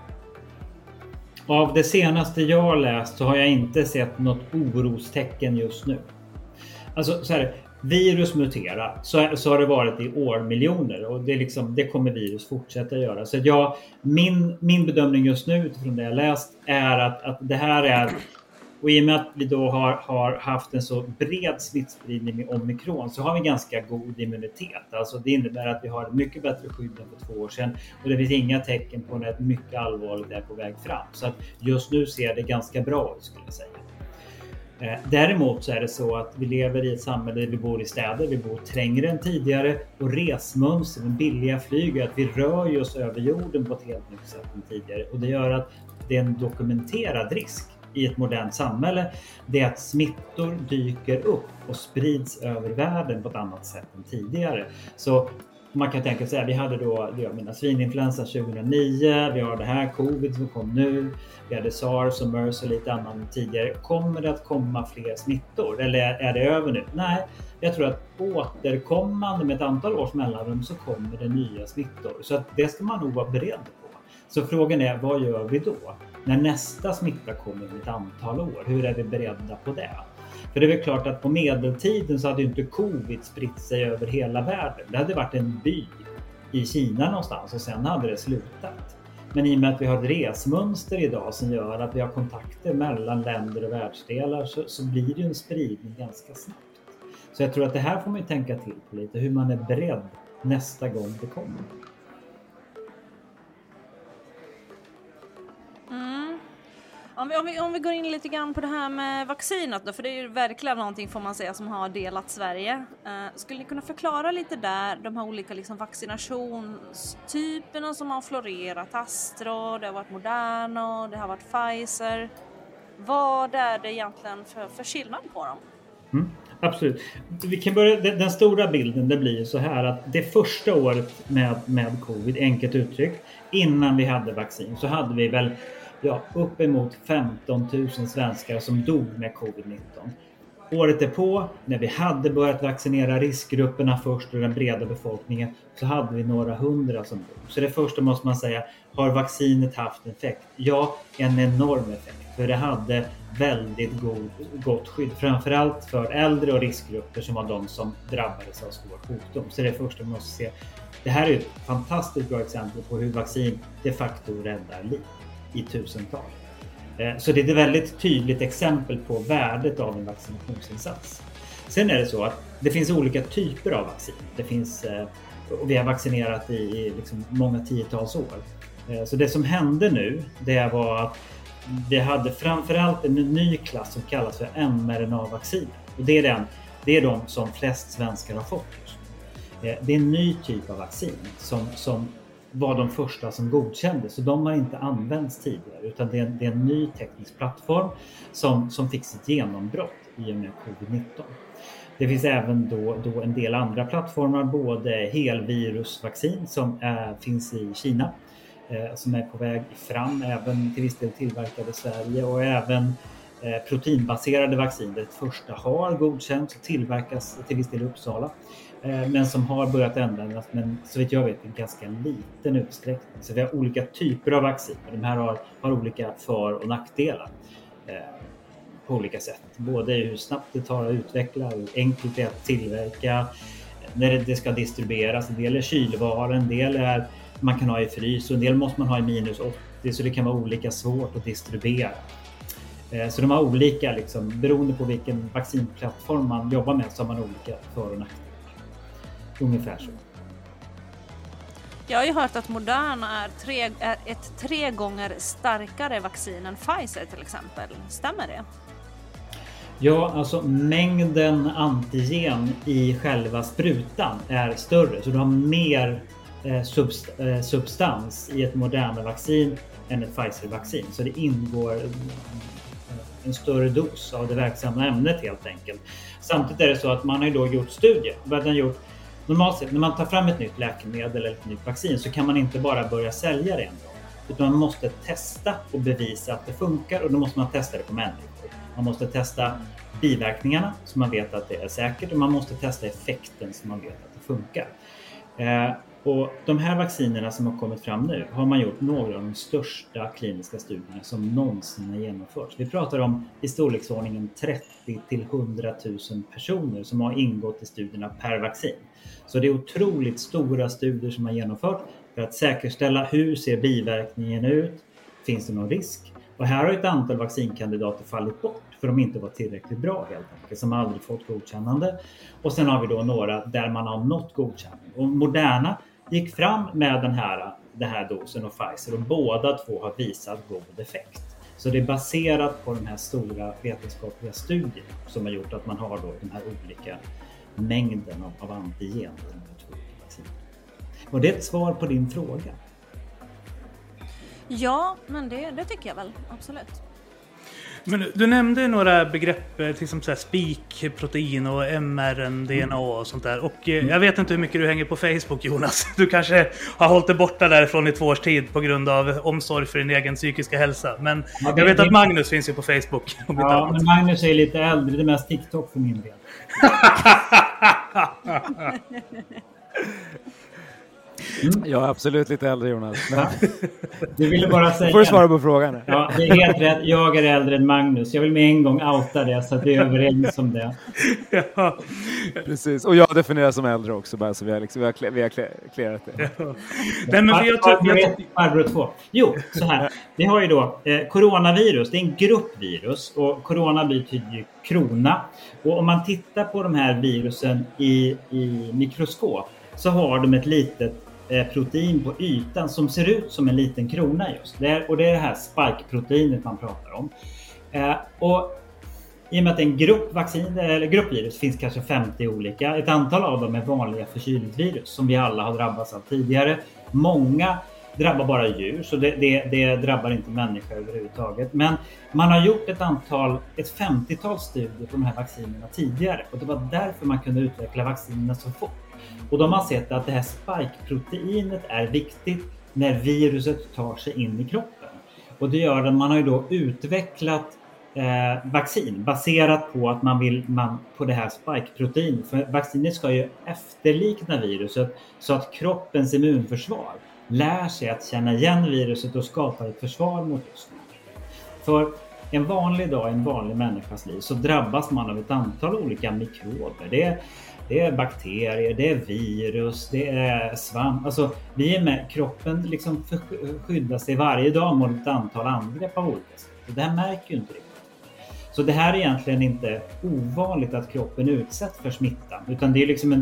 Av det senaste jag har läst så har jag inte sett något orostecken just nu. Alltså så här, virus muterar, så har det varit i årmiljoner och det kommer virus fortsätta göra. Så min bedömning just nu utifrån det jag läst är att det här är, och i och med att vi då har haft en så bred smittspridning med omikron så har vi ganska god immunitet. Alltså det innebär att vi har mycket bättre skydd än för 2 år sedan och det finns inga tecken på att mycket allvarligt är på väg fram. Så att just nu ser det ganska bra ut skulle jag säga. Däremot så är det så att vi lever i ett samhälle där vi bor i städer, vi bor trängre än tidigare och resmönster med billiga flyg, att vi rör oss över jorden på ett helt nytt sätt än tidigare. Och det gör att det är en dokumenterad risk i ett modernt samhälle, det är att smittor dyker upp och sprids över världen på ett annat sätt än tidigare. Så man kan tänka sig att vi hade då svininfluensa 2009, vi har det här covid som kom nu, vi hade SARS och MERS och lite annat tidigare. Kommer det att komma fler smittor eller är det över nu? Nej, jag tror att återkommande med ett antal års mellanrum så kommer det nya smittor. Så att det ska man nog vara beredd på. Så frågan är, vad gör vi då? När nästa smitta kommer om ett antal år, hur är vi beredda på det? För det är väl klart att på medeltiden så hade ju inte covid spritt sig över hela världen. Det hade varit en by i Kina någonstans och sen hade det slutat. Men i och med att vi har ett resmönster idag som gör att vi har kontakter mellan länder och världsdelar så blir det ju en spridning ganska snabbt. Så jag tror att det här får man ju tänka till på lite, hur man är beredd nästa gång det kommer. Om vi går in lite grann på det här med vaccinet då, för det är ju verkligen någonting får man säga som har delat Sverige. Skulle ni kunna förklara lite där, de här olika liksom vaccinationstyperna som har florerat? Astra, det har varit Moderna, det har varit Pfizer. Vad är det egentligen för skillnad på dem? Absolut. Vi kan börja, den stora bilden det blir så här att det första året med covid, enkelt uttryckt, innan vi hade vaccin så hade vi väl uppemot 15 000 svenskar som dog med covid-19. Året därpå, när vi hade börjat vaccinera riskgrupperna först och den breda befolkningen, så hade vi några hundra som dog. Så det första måste man säga, har vaccinet haft effekt? Ja, en enorm effekt. För det hade väldigt gott skydd, framförallt för äldre och riskgrupper som var de som drabbades av svår sjukdom. Så det första man måste se. Det här är ett fantastiskt bra exempel på hur vaccin de facto räddar liv i tusental. Så det är ett väldigt tydligt exempel på värdet av en vaccinationsinsats. Sen är det så att det finns olika typer av vaccin. Det finns, och vi har vaccinerat i liksom många tiotals år. Så det som hände nu, det var att vi hade framförallt en ny klass som kallas för mRNA-vaccin. Och det är de som flest svenskar har fått. Det är en ny typ av vaccin som var de första som godkändes. Så de har inte använts tidigare, utan det är en ny teknisk plattform som fick sitt genombrott i och med covid-19. Det finns även då en del andra plattformar, både helvirusvaccin som finns i Kina, som är på väg fram, även till viss del tillverkade i Sverige, och även proteinbaserade vaccin. Det första har godkänts och tillverkas till viss del i Uppsala, men som har börjat användas, men så vitt jag vet en ganska liten utsträckning. Så vi har olika typer av vaccin, och de här har olika för- och nackdelar på olika sätt. Både hur snabbt det tar att utveckla, hur enkelt det är att tillverka, när det ska distribueras. En del är kylvaror, en del är man kan ha i frys, och en del måste man ha i minus 80, så det kan vara olika svårt att distribuera. Så de har olika, liksom, beroende på vilken vaccinplattform man jobbar med, så har man olika för- och nackdelar. Ungefär så. Jag har ju hört att Moderna är ett 3 gånger starkare vaccin än Pfizer till exempel. Stämmer det? Ja, alltså mängden antigen i själva sprutan är större. Så du har mer substans i ett Moderna-vaccin än ett Pfizer-vaccin. Så det ingår en större dos av det verksamma ämnet helt enkelt. Samtidigt är det så att man har ju då gjort studier. Normalt sett när man tar fram ett nytt läkemedel eller ett nytt vaccin så kan man inte bara börja sälja det en dag. Utan man måste testa och bevisa att det funkar, och då måste man testa det på människor. Man måste testa biverkningarna så man vet att det är säkert, och man måste testa effekten så man vet att det funkar. Och de här vaccinerna som har kommit fram nu har man gjort några av de största kliniska studierna som någonsin har genomförts. Vi pratar om i storleksordningen 30 till 100 000 personer som har ingått i studierna per vaccin. Så det är otroligt stora studier som har genomförts för att säkerställa hur ser biverkningen ut, finns det någon risk? Och här har ett antal vaccinkandidater fallit bort för de inte var tillräckligt bra helt enkelt, som aldrig fått godkännande. Och sen har vi då några där man har nått godkännande. Och Moderna gick fram med den här dosen och Pfizer, och båda två har visat god effekt. Så det är baserat på den här stora vetenskapliga studien som har gjort att man har då den här olika mängden av antigen. Och det är ett svar på din fråga. Ja, men det tycker jag väl, absolut. Men du nämnde några begrepp, till exempel så här spikprotein och mRNA och sånt där. Och jag vet inte hur mycket du hänger på Facebook, Jonas. Du kanske har hållit dig borta därifrån i 2 års tid på grund av omsorg för din egen psykiska hälsa. Men ja, jag vet att Magnus finns ju på Facebook. Ja, men Magnus är lite äldre, det är mest TikTok för min del. Jag är absolut lite äldre, Jonas. Men... Du ville bara säga... Får du svara på frågan? Ja, det är helt rätt. Jag är äldre än Magnus. Jag vill med en gång outa det så att vi är överens om det. Ja. Precis. Och jag definierar som äldre också, bara så vi har klarat det. Ja. Nej, men farbror 2. Jo, så här. Vi har ju då coronavirus. Det är en gruppvirus. Och corona betyder ju krona. Och om man tittar på de här virusen i mikroskop så har de ett litet protein på ytan som ser ut som en liten krona just. Och det är det här spike-proteinet man pratar om. Och i och med att det är en gruppvaccin eller gruppvirus finns kanske 50 olika. Ett antal av dem är vanliga förkylningsvirus som vi alla har drabbats av tidigare. Många drabbar bara djur, så det drabbar inte människor överhuvudtaget. Men man har gjort ett 50-tal studier på de här vaccinerna tidigare. Och det var därför man kunde utveckla vaccinerna så fort. Och de har sett att det här spike-proteinet är viktigt när viruset tar sig in i kroppen. Och det gör att man har ju då utvecklat vaccin baserat på att man på det här spike-proteinet. För vaccinet ska ju efterlikna viruset så att kroppens immunförsvar lär sig att känna igen viruset och skapa ett försvar mot just det. För en vanlig dag i en vanlig människas liv så drabbas man av ett antal olika mikrober. Det är bakterier, det är virus, det är svamp. Alltså vi är med, kroppen liksom skyddar sig varje dag mot ett antal angrepp av olika sätt. Så det här märker ju inte riktigt. Så det här är egentligen inte ovanligt att kroppen utsätts för smittan. Utan det är liksom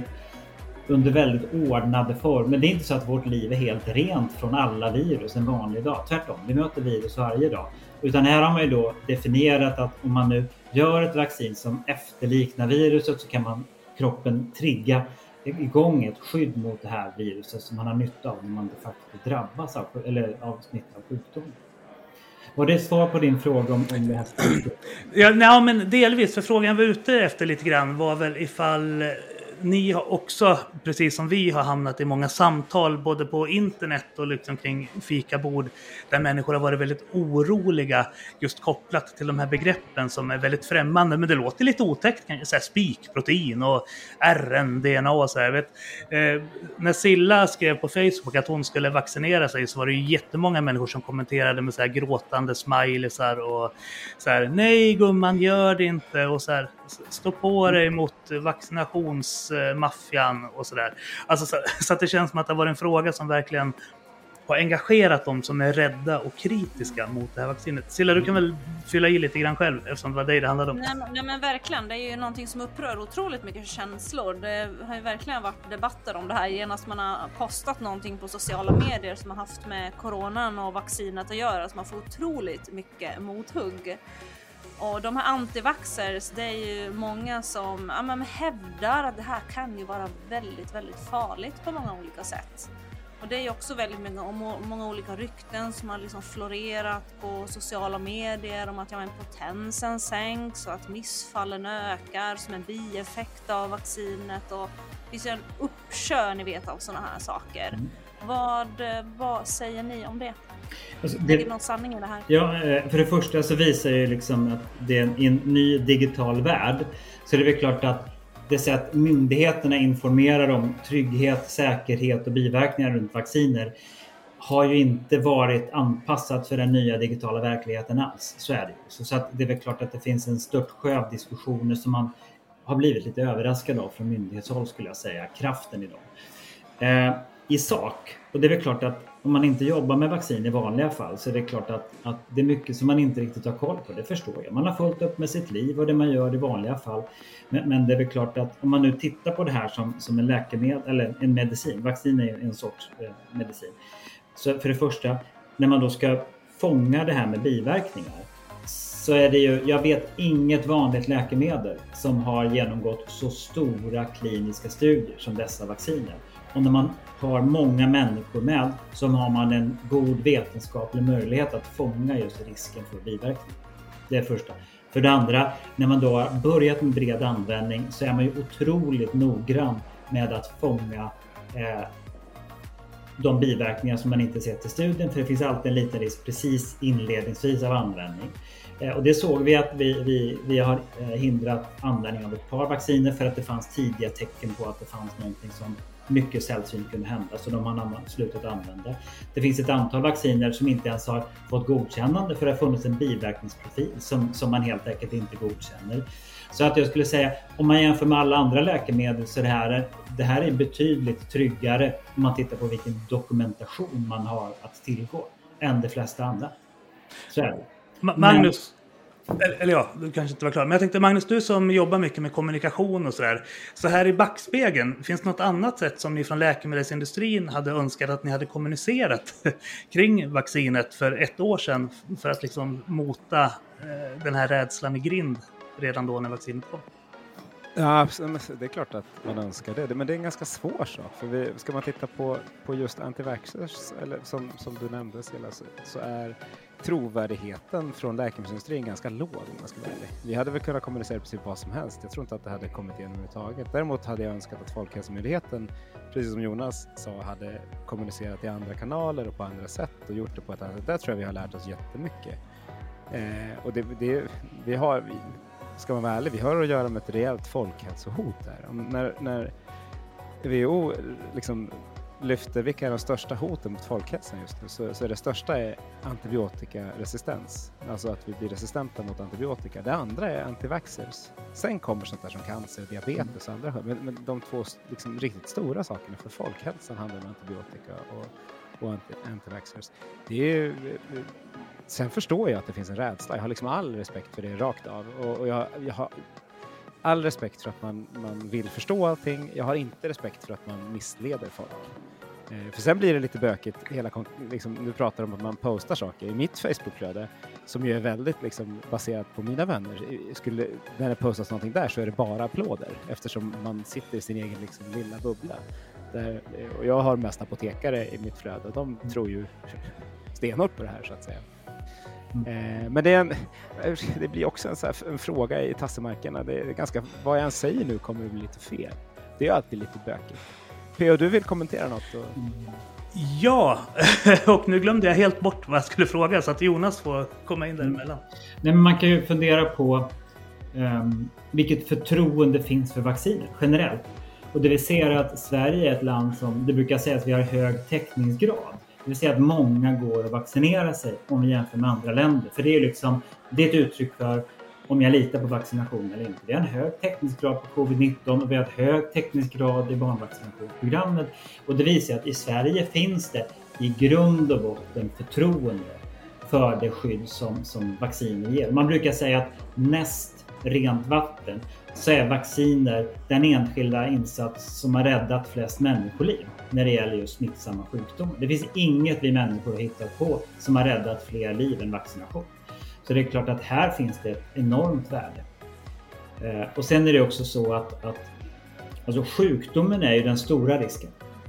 under väldigt ordnade form. Men det är inte så att vårt liv är helt rent från alla virus en vanlig dag. Tvärtom, vi möter virus varje dag. Utan här har man ju då definierat att om man nu gör ett vaccin som efterliknar viruset så kan kroppen trigga igång ett skydd mot det här viruset som man har nytta av när man de facto drabbas av smitta av sjukdom. Var det svar på din fråga om det här? Ja, men delvis, för frågan jag var ute efter lite grann var väl ifall ni har också, precis som vi, har hamnat i många samtal både på internet och liksom kring fikabord där människor har varit väldigt oroliga just kopplat till de här begreppen som är väldigt främmande, men det låter lite otäckt, så här spikprotein och RNDNA och så här. Jag vet, när Silla skrev på Facebook att hon skulle vaccinera sig så var det ju jättemånga människor som kommenterade med så här gråtande smileysar och så här, nej gumman, gör det inte, och så här, stå på dig mot vaccinationsmaffian och sådär. Alltså, så att det känns som att det var en fråga som verkligen har engagerat dem som är rädda och kritiska mot det här vaccinet. Silla, du kan väl fylla i lite grann själv eftersom det var dig det handlade om. Nej men verkligen, det är ju någonting som upprör otroligt mycket känslor. Det har ju verkligen varit debatter om det här genast man har postat någonting på sociala medier som har haft med coronan och vaccinet att göra, så man får otroligt mycket mothugg. Och de här antivaxxers, det är ju många som hävdar att det här kan ju vara väldigt, väldigt farligt på många olika sätt. Och det är ju också väldigt många olika rykten som har liksom florerat på sociala medier om att potensen sänks och att missfallen ökar som en bieffekt av vaccinet. Och det finns ju en uppkör, ni vet, av sådana här saker. Vad säger ni om det? Alltså, är det någon sanning i det här? Ja, för det första så visar ju liksom att det är en ny digital värld. Så det är väl klart att det sätt att myndigheterna informerar om trygghet, säkerhet och biverkningar runt vacciner har ju inte varit anpassat för den nya digitala verkligheten alls. Så är det. Så att det är väl klart att det finns en störtsjö av diskussioner som man har blivit lite överraskad av från myndighetshåll, skulle jag säga, kraften i dem. I sak, och det är väl klart att om man inte jobbar med vaccin i vanliga fall så är det klart att det är mycket som man inte riktigt har koll på, det förstår jag. Man har fullt upp med sitt liv och det man gör i vanliga fall. Men det är väl klart att om man nu tittar på det här som en läkemedel eller en medicin, vaccin är en sorts medicin. Så för det första, när man då ska fånga det här med biverkningar så är det ju, jag vet inget vanligt läkemedel som har genomgått så stora kliniska studier som dessa vacciner. Och när man har många människor med så har man en god vetenskaplig möjlighet att fånga just risken för biverkning. Det är första. För det andra, när man då har börjat med bred användning så är man ju otroligt noggrann med att fånga de biverkningar som man inte sett i studien. För det finns alltid en liten risk precis inledningsvis av användning. Och det såg vi att vi har hindrat användning av ett par vacciner för att det fanns tidiga tecken på att det fanns någonting som mycket sällsynt kunde hända, så de har slutat använda. Det finns ett antal vacciner som inte ens har fått godkännande för att det har funnits en biverkningsprofil som man helt enkelt inte godkänner. Så att jag skulle säga, om man jämför med alla andra läkemedel så det här är betydligt tryggare om man tittar på vilken dokumentation man har att tillgå än de flesta andra. Så är det. Magnus, eller ja, du kanske inte var klar. Men jag tänkte, Magnus, du som jobbar mycket med kommunikation och sådär. Så här i backspegeln, finns det något annat sätt som ni från läkemedelsindustrin hade önskat att ni hade kommunicerat kring vaccinet för 1 år sedan för att liksom mota den här rädslan i grind redan då när vaccinet kom? Ja, det är klart att man önskar det. Men det är en ganska svår sak. För ska man titta på just antivaxxers, eller som du nämnde, så är trovärdigheten från läkemedelsindustrin ganska låg, om man ska vara ärlig. Vi hade väl kunnat kommunicera precis vad som helst. Jag tror inte att det hade kommit igenom överhuvudtaget. Däremot hade jag önskat att Folkhälsomyndigheten, precis som Jonas sa, hade kommunicerat i andra kanaler och på andra sätt och gjort det på ett annat sätt. Där tror jag vi har lärt oss jättemycket. Och ska man vara ärlig, vi har att göra med ett rejält folkhälsohot där. När WHO liksom lyfter vilka är de största hoten mot folkhälsan just nu, så är det största är antibiotikaresistens. Alltså att vi blir resistenta mot antibiotika. Det andra är antivaxxers. Sen kommer sånt där som cancer, diabetes och andra. Men de två liksom riktigt stora sakerna för folkhälsan handlar om antibiotika och antivaxxers. Sen förstår jag att det finns en rädsla. Jag har liksom all respekt för det rakt av. Och jag har all respekt för att man vill förstå allting. Jag har inte respekt för att man missleder folk. För sen blir det lite bökigt. Liksom, du pratar om att man postar saker. I mitt Facebookflöde, som ju är väldigt liksom, baserat på mina vänner, när det postas någonting där så är det bara applåder. Eftersom man sitter i sin egen liksom, lilla bubbla. Och jag har mest apotekare i mitt flöde och de tror ju stenhårt på det här så att säga. Men det blir också en fråga i tassemarkerna. Det är ganska, vad jag än säger nu kommer det bli lite fel. Det är alltid lite bökigt. P.O. du vill kommentera något? Ja, och nu glömde jag helt bort vad jag skulle fråga så att Jonas får komma in däremellan. Nej, men man kan ju fundera på vilket förtroende finns för vacciner generellt. Och det vi ser att Sverige är ett land som, det brukar säga att vi har hög täckningsgrad. Det vill säga att många går och vaccinerar sig om vi jämför med andra länder. För det är liksom, det är ett uttryck för om jag litar på vaccination eller inte. Det är en hög täckningsgrad på covid-19 och vi har en hög täckningsgrad i barnvaccinationsprogrammet. Och det visar att i Sverige finns det i grund och botten förtroende för det skydd som vacciner ger. Man brukar säga att näst rent vatten så är vacciner den enskilda insats som har räddat flest människoliv när det gäller just smittsamma sjukdomar. Det finns inget vi människor har hittat på som har räddat fler liv än vaccination. Så det är klart att här finns det ett enormt värde. Och sen är det också så att alltså sjukdomen är ju den stora risken.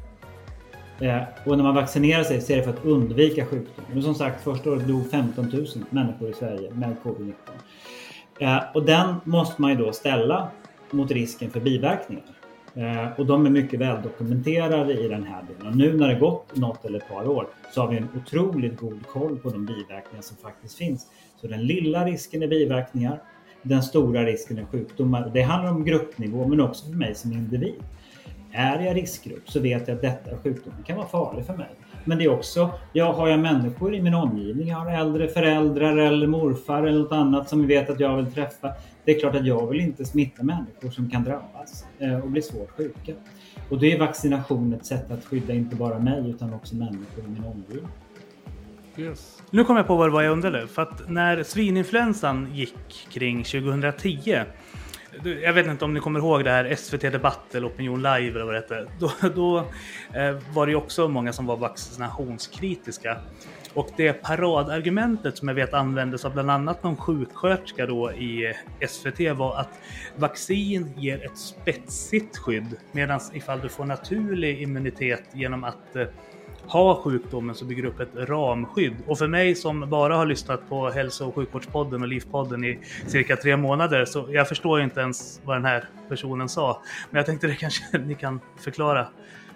Och när man vaccinerar sig så är det för att undvika sjukdom. Men som sagt, första året dog 15 000 människor i Sverige med covid-19. Och den måste man ju då ställa mot risken för biverkningar. Och de är mycket väl dokumenterade i den här delen. Och nu när det gått något eller ett par år så har vi en otroligt god koll på de biverkningar som faktiskt finns. Så den lilla risken är biverkningar, den stora risken är sjukdomar. Det handlar om gruppnivå men också för mig som individ. Är jag riskgrupp så vet jag att detta sjukdom kan vara farlig för mig. Men det är också, har jag människor i min omgivning, jag har äldre föräldrar eller morfar eller något annat som vi vet att jag vill träffa. Det är klart att jag vill inte smitta människor som kan drabbas och bli svårt sjuka. Och det är vaccination ett sätt att skydda inte bara mig utan också människor i min omgivning. Yes. Nu kommer jag på vad jag undrade. För att när svininfluensan gick kring 2010, jag vet inte om ni kommer ihåg det här SVT Debatt eller Opinion Live eller vad det heter. Då var det ju också många som var vaccinationskritiska. Och det paradargumentet som jag vet användes av bland annat någon sjuksköterska då i SVT var att vaccin ger ett spetsigt skydd. Medan ifall du får naturlig immunitet genom att ha sjukdomen så bygger upp ett ramskydd. Och för mig som bara har lyssnat på hälso- och sjukvårdspodden och livpodden i cirka 3 månader så jag förstår inte ens vad den här personen sa. Men jag tänkte det kanske ni kan förklara.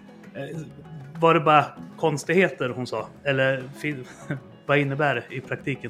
Var det bara konstigheter hon sa? Eller vad innebär det i praktiken?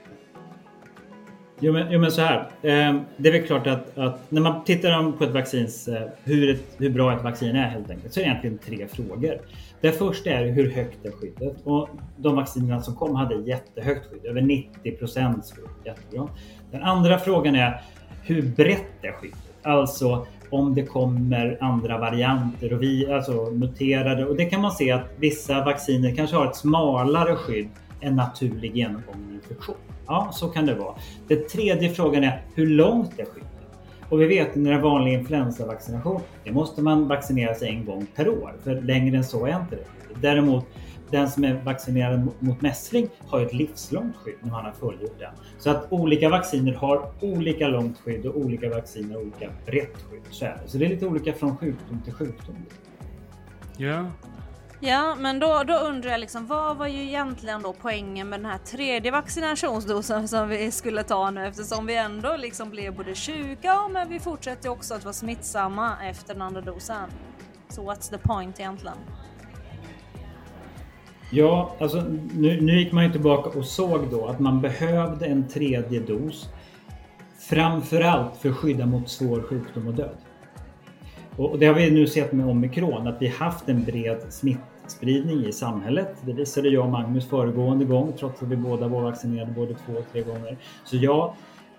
Jo men så här. Det är väl klart att när man tittar på ett vaccins, hur bra ett vaccin är helt enkelt, så är det egentligen 3 frågor. Det första är hur högt är skyddet. Och de vaccinerna som kom hade jättehögt skydd. Över 90% skydd. Jättebra. Den andra frågan är hur brett är skyddet? Alltså om det kommer andra varianter och alltså muterade. Och det kan man se att vissa vacciner kanske har ett smalare skydd än naturlig genomgången infektion. Ja, så kan det vara. Den tredje frågan är hur långt är skyddet? Och vi vet att när det är vanlig influensavaccination, det måste man vaccinera sig en gång per år. För längre än så är inte det. Däremot, den som är vaccinerad mot mässling har ett livslångt skydd när man har fullgjort den. Så att olika vacciner har olika långt skydd och olika vacciner har olika brett skydd. Så det är lite olika från sjukdom till sjukdom. Ja. Ja, men då undrar jag liksom, vad var ju egentligen då poängen med den här 3:e vaccinationsdosen som vi skulle ta nu, eftersom vi ändå liksom blev både sjuka men vi fortsätter också att vara smittsamma efter den andra dosen. Så what's the point egentligen? Ja, alltså nu gick man ju tillbaka och såg då att man behövde en 3:e dos framförallt för att skydda mot svår sjukdom och död. Och det har vi nu sett med omikron, att vi haft en bred smittspridning i samhället. Det visade jag och Magnus föregående gång, trots att vi båda var vaccinerade både 2 och 3 gånger. Så ja,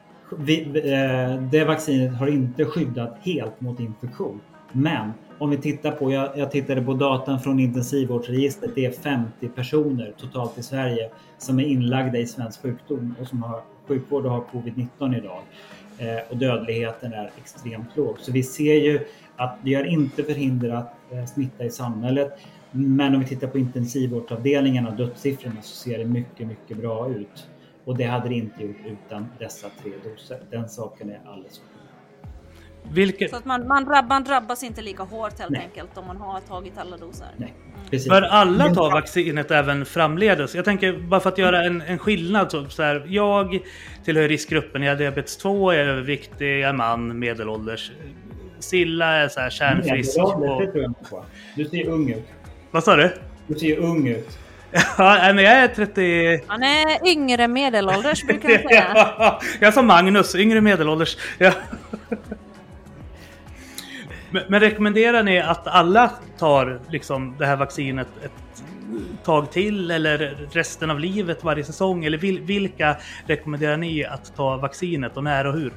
det vaccinet har inte skyddat helt mot infektion. Men om vi tittar på, jag tittade på datan från intensivvårdsregistret, det är 50 personer totalt i Sverige som är inlagda i svensk sjukdom och som har sjukvård och har covid-19 idag. Och dödligheten är extremt låg. Så vi ser ju att det har inte förhindrat smitta i samhället. Men om vi tittar på intensivvårdsavdelningen och dödssiffrorna så ser det mycket, mycket bra ut. Och det hade det inte gjort utan dessa 3 doser. Den saken är alldeles Så att man drabbas inte lika hårt helt enkelt om man har tagit alla doser. Nej, precis. Bör alla ta vaccinet även framledes? Jag tänker bara för att göra en skillnad. Så här, jag tillhör riskgruppen, jag har diabetes 2, jag är överviktig, jag är man, medelålders. Silla är så här kärnfrisk. Du ser ung ut. Vad sa du? Du ser ung ut. Ja, men jag är 30... Han är yngre medelålders brukar jag säga. Jag sa Magnus, yngre medelålders. Ja. Men rekommenderar ni att alla tar liksom det här vaccinet ett tag till eller resten av livet varje säsong? Eller vilka rekommenderar ni att ta vaccinet och när och hur?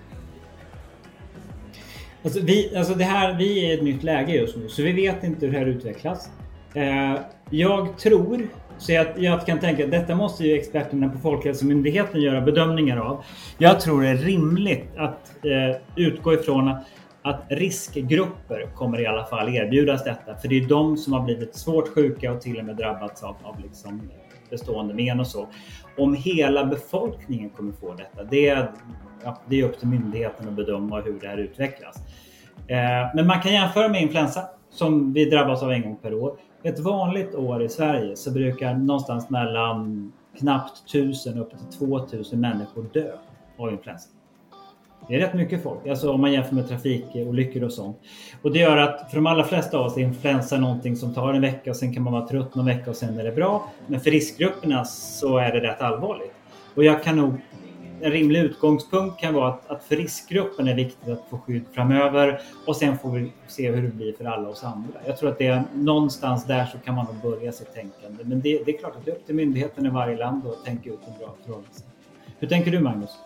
Alltså vi är i ett nytt läge just nu så vi vet inte hur det här utvecklas. Jag tror, så jag kan tänka att detta måste ju experterna på Folkhälsomyndigheten göra bedömningar av. Jag tror det är rimligt att utgå ifrån att riskgrupper kommer i alla fall erbjudas detta. För det är de som har blivit svårt sjuka och till och med drabbats av liksom bestående men och så. Om hela befolkningen kommer få detta, det är upp till myndigheten att bedöma hur det här utvecklas. Men man kan jämföra med influensa som vi drabbas av en gång per år. Ett vanligt år i Sverige så brukar någonstans mellan knappt 1000 upp till 2000 människor dö av influensa. Det är rätt mycket folk, alltså om man jämför med trafikolyckor och sånt. Och det gör att för de allra flesta av oss är influensa någonting som tar en vecka och sen kan man vara trött någon vecka och sen är det bra. Men för riskgrupperna så är det rätt allvarligt. Och en rimlig utgångspunkt kan vara att för riskgruppen är viktigt att få skydd framöver och sen får vi se hur det blir för alla oss andra. Jag tror att det är någonstans där så kan man nog börja sitt tänkande. Men det är klart att det är upp till myndigheten i varje land att tänka ut en bra förhållelse. Hur tänker du, Magnus?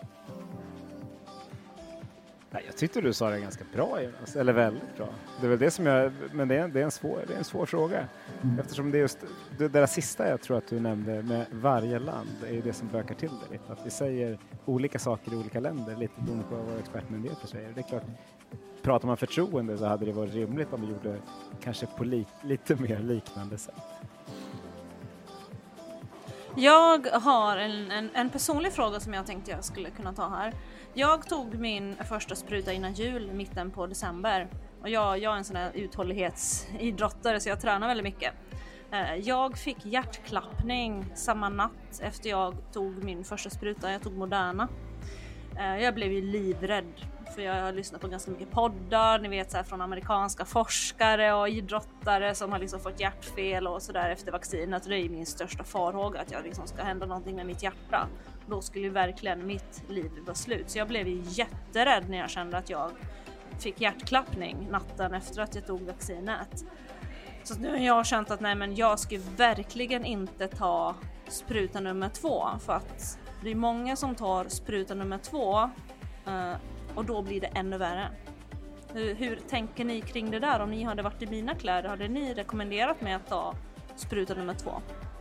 Nej, jag tyckte du sa det ganska bra, eller väldigt bra. Det är väl det som men det är en svår fråga. Eftersom det är just det där sista jag tror att du nämnde med varje land är ju det som bökar till det lite. Att vi säger olika saker i olika länder, lite beroende på vad våra expertmyndigheter säger. Det är klart, pratar man förtroende så hade det varit rimligt om vi gjorde kanske på lite mer liknande sätt. Jag har en personlig fråga som jag tänkte jag skulle kunna ta här. Jag tog min första spruta innan jul, mitten på december. Och jag är en sån här uthållighetsidrottare så jag tränar väldigt mycket. Jag fick hjärtklappning samma natt efter jag tog min första spruta. Jag tog Moderna. Jag blev ju livrädd för jag har lyssnat på ganska mycket poddar, ni vet så här, från amerikanska forskare och idrottare som har liksom fått hjärtfel och sådär efter vaccinet. Det är min största farhåga att jag liksom ska hända någonting med mitt hjärta. Då skulle ju verkligen mitt liv vara slut. Så jag blev ju jätterädd när jag kände att jag fick hjärtklappning natten efter att jag tog vaccinet. Så nu har jag känt att nej, men jag ska verkligen inte ta spruta nummer 2 för att det är många som tar spruta nummer 2 och då blir det ännu värre. Hur tänker ni kring det där? Om ni hade varit i mina kläder, hade ni rekommenderat mig att ta spruta nummer 2?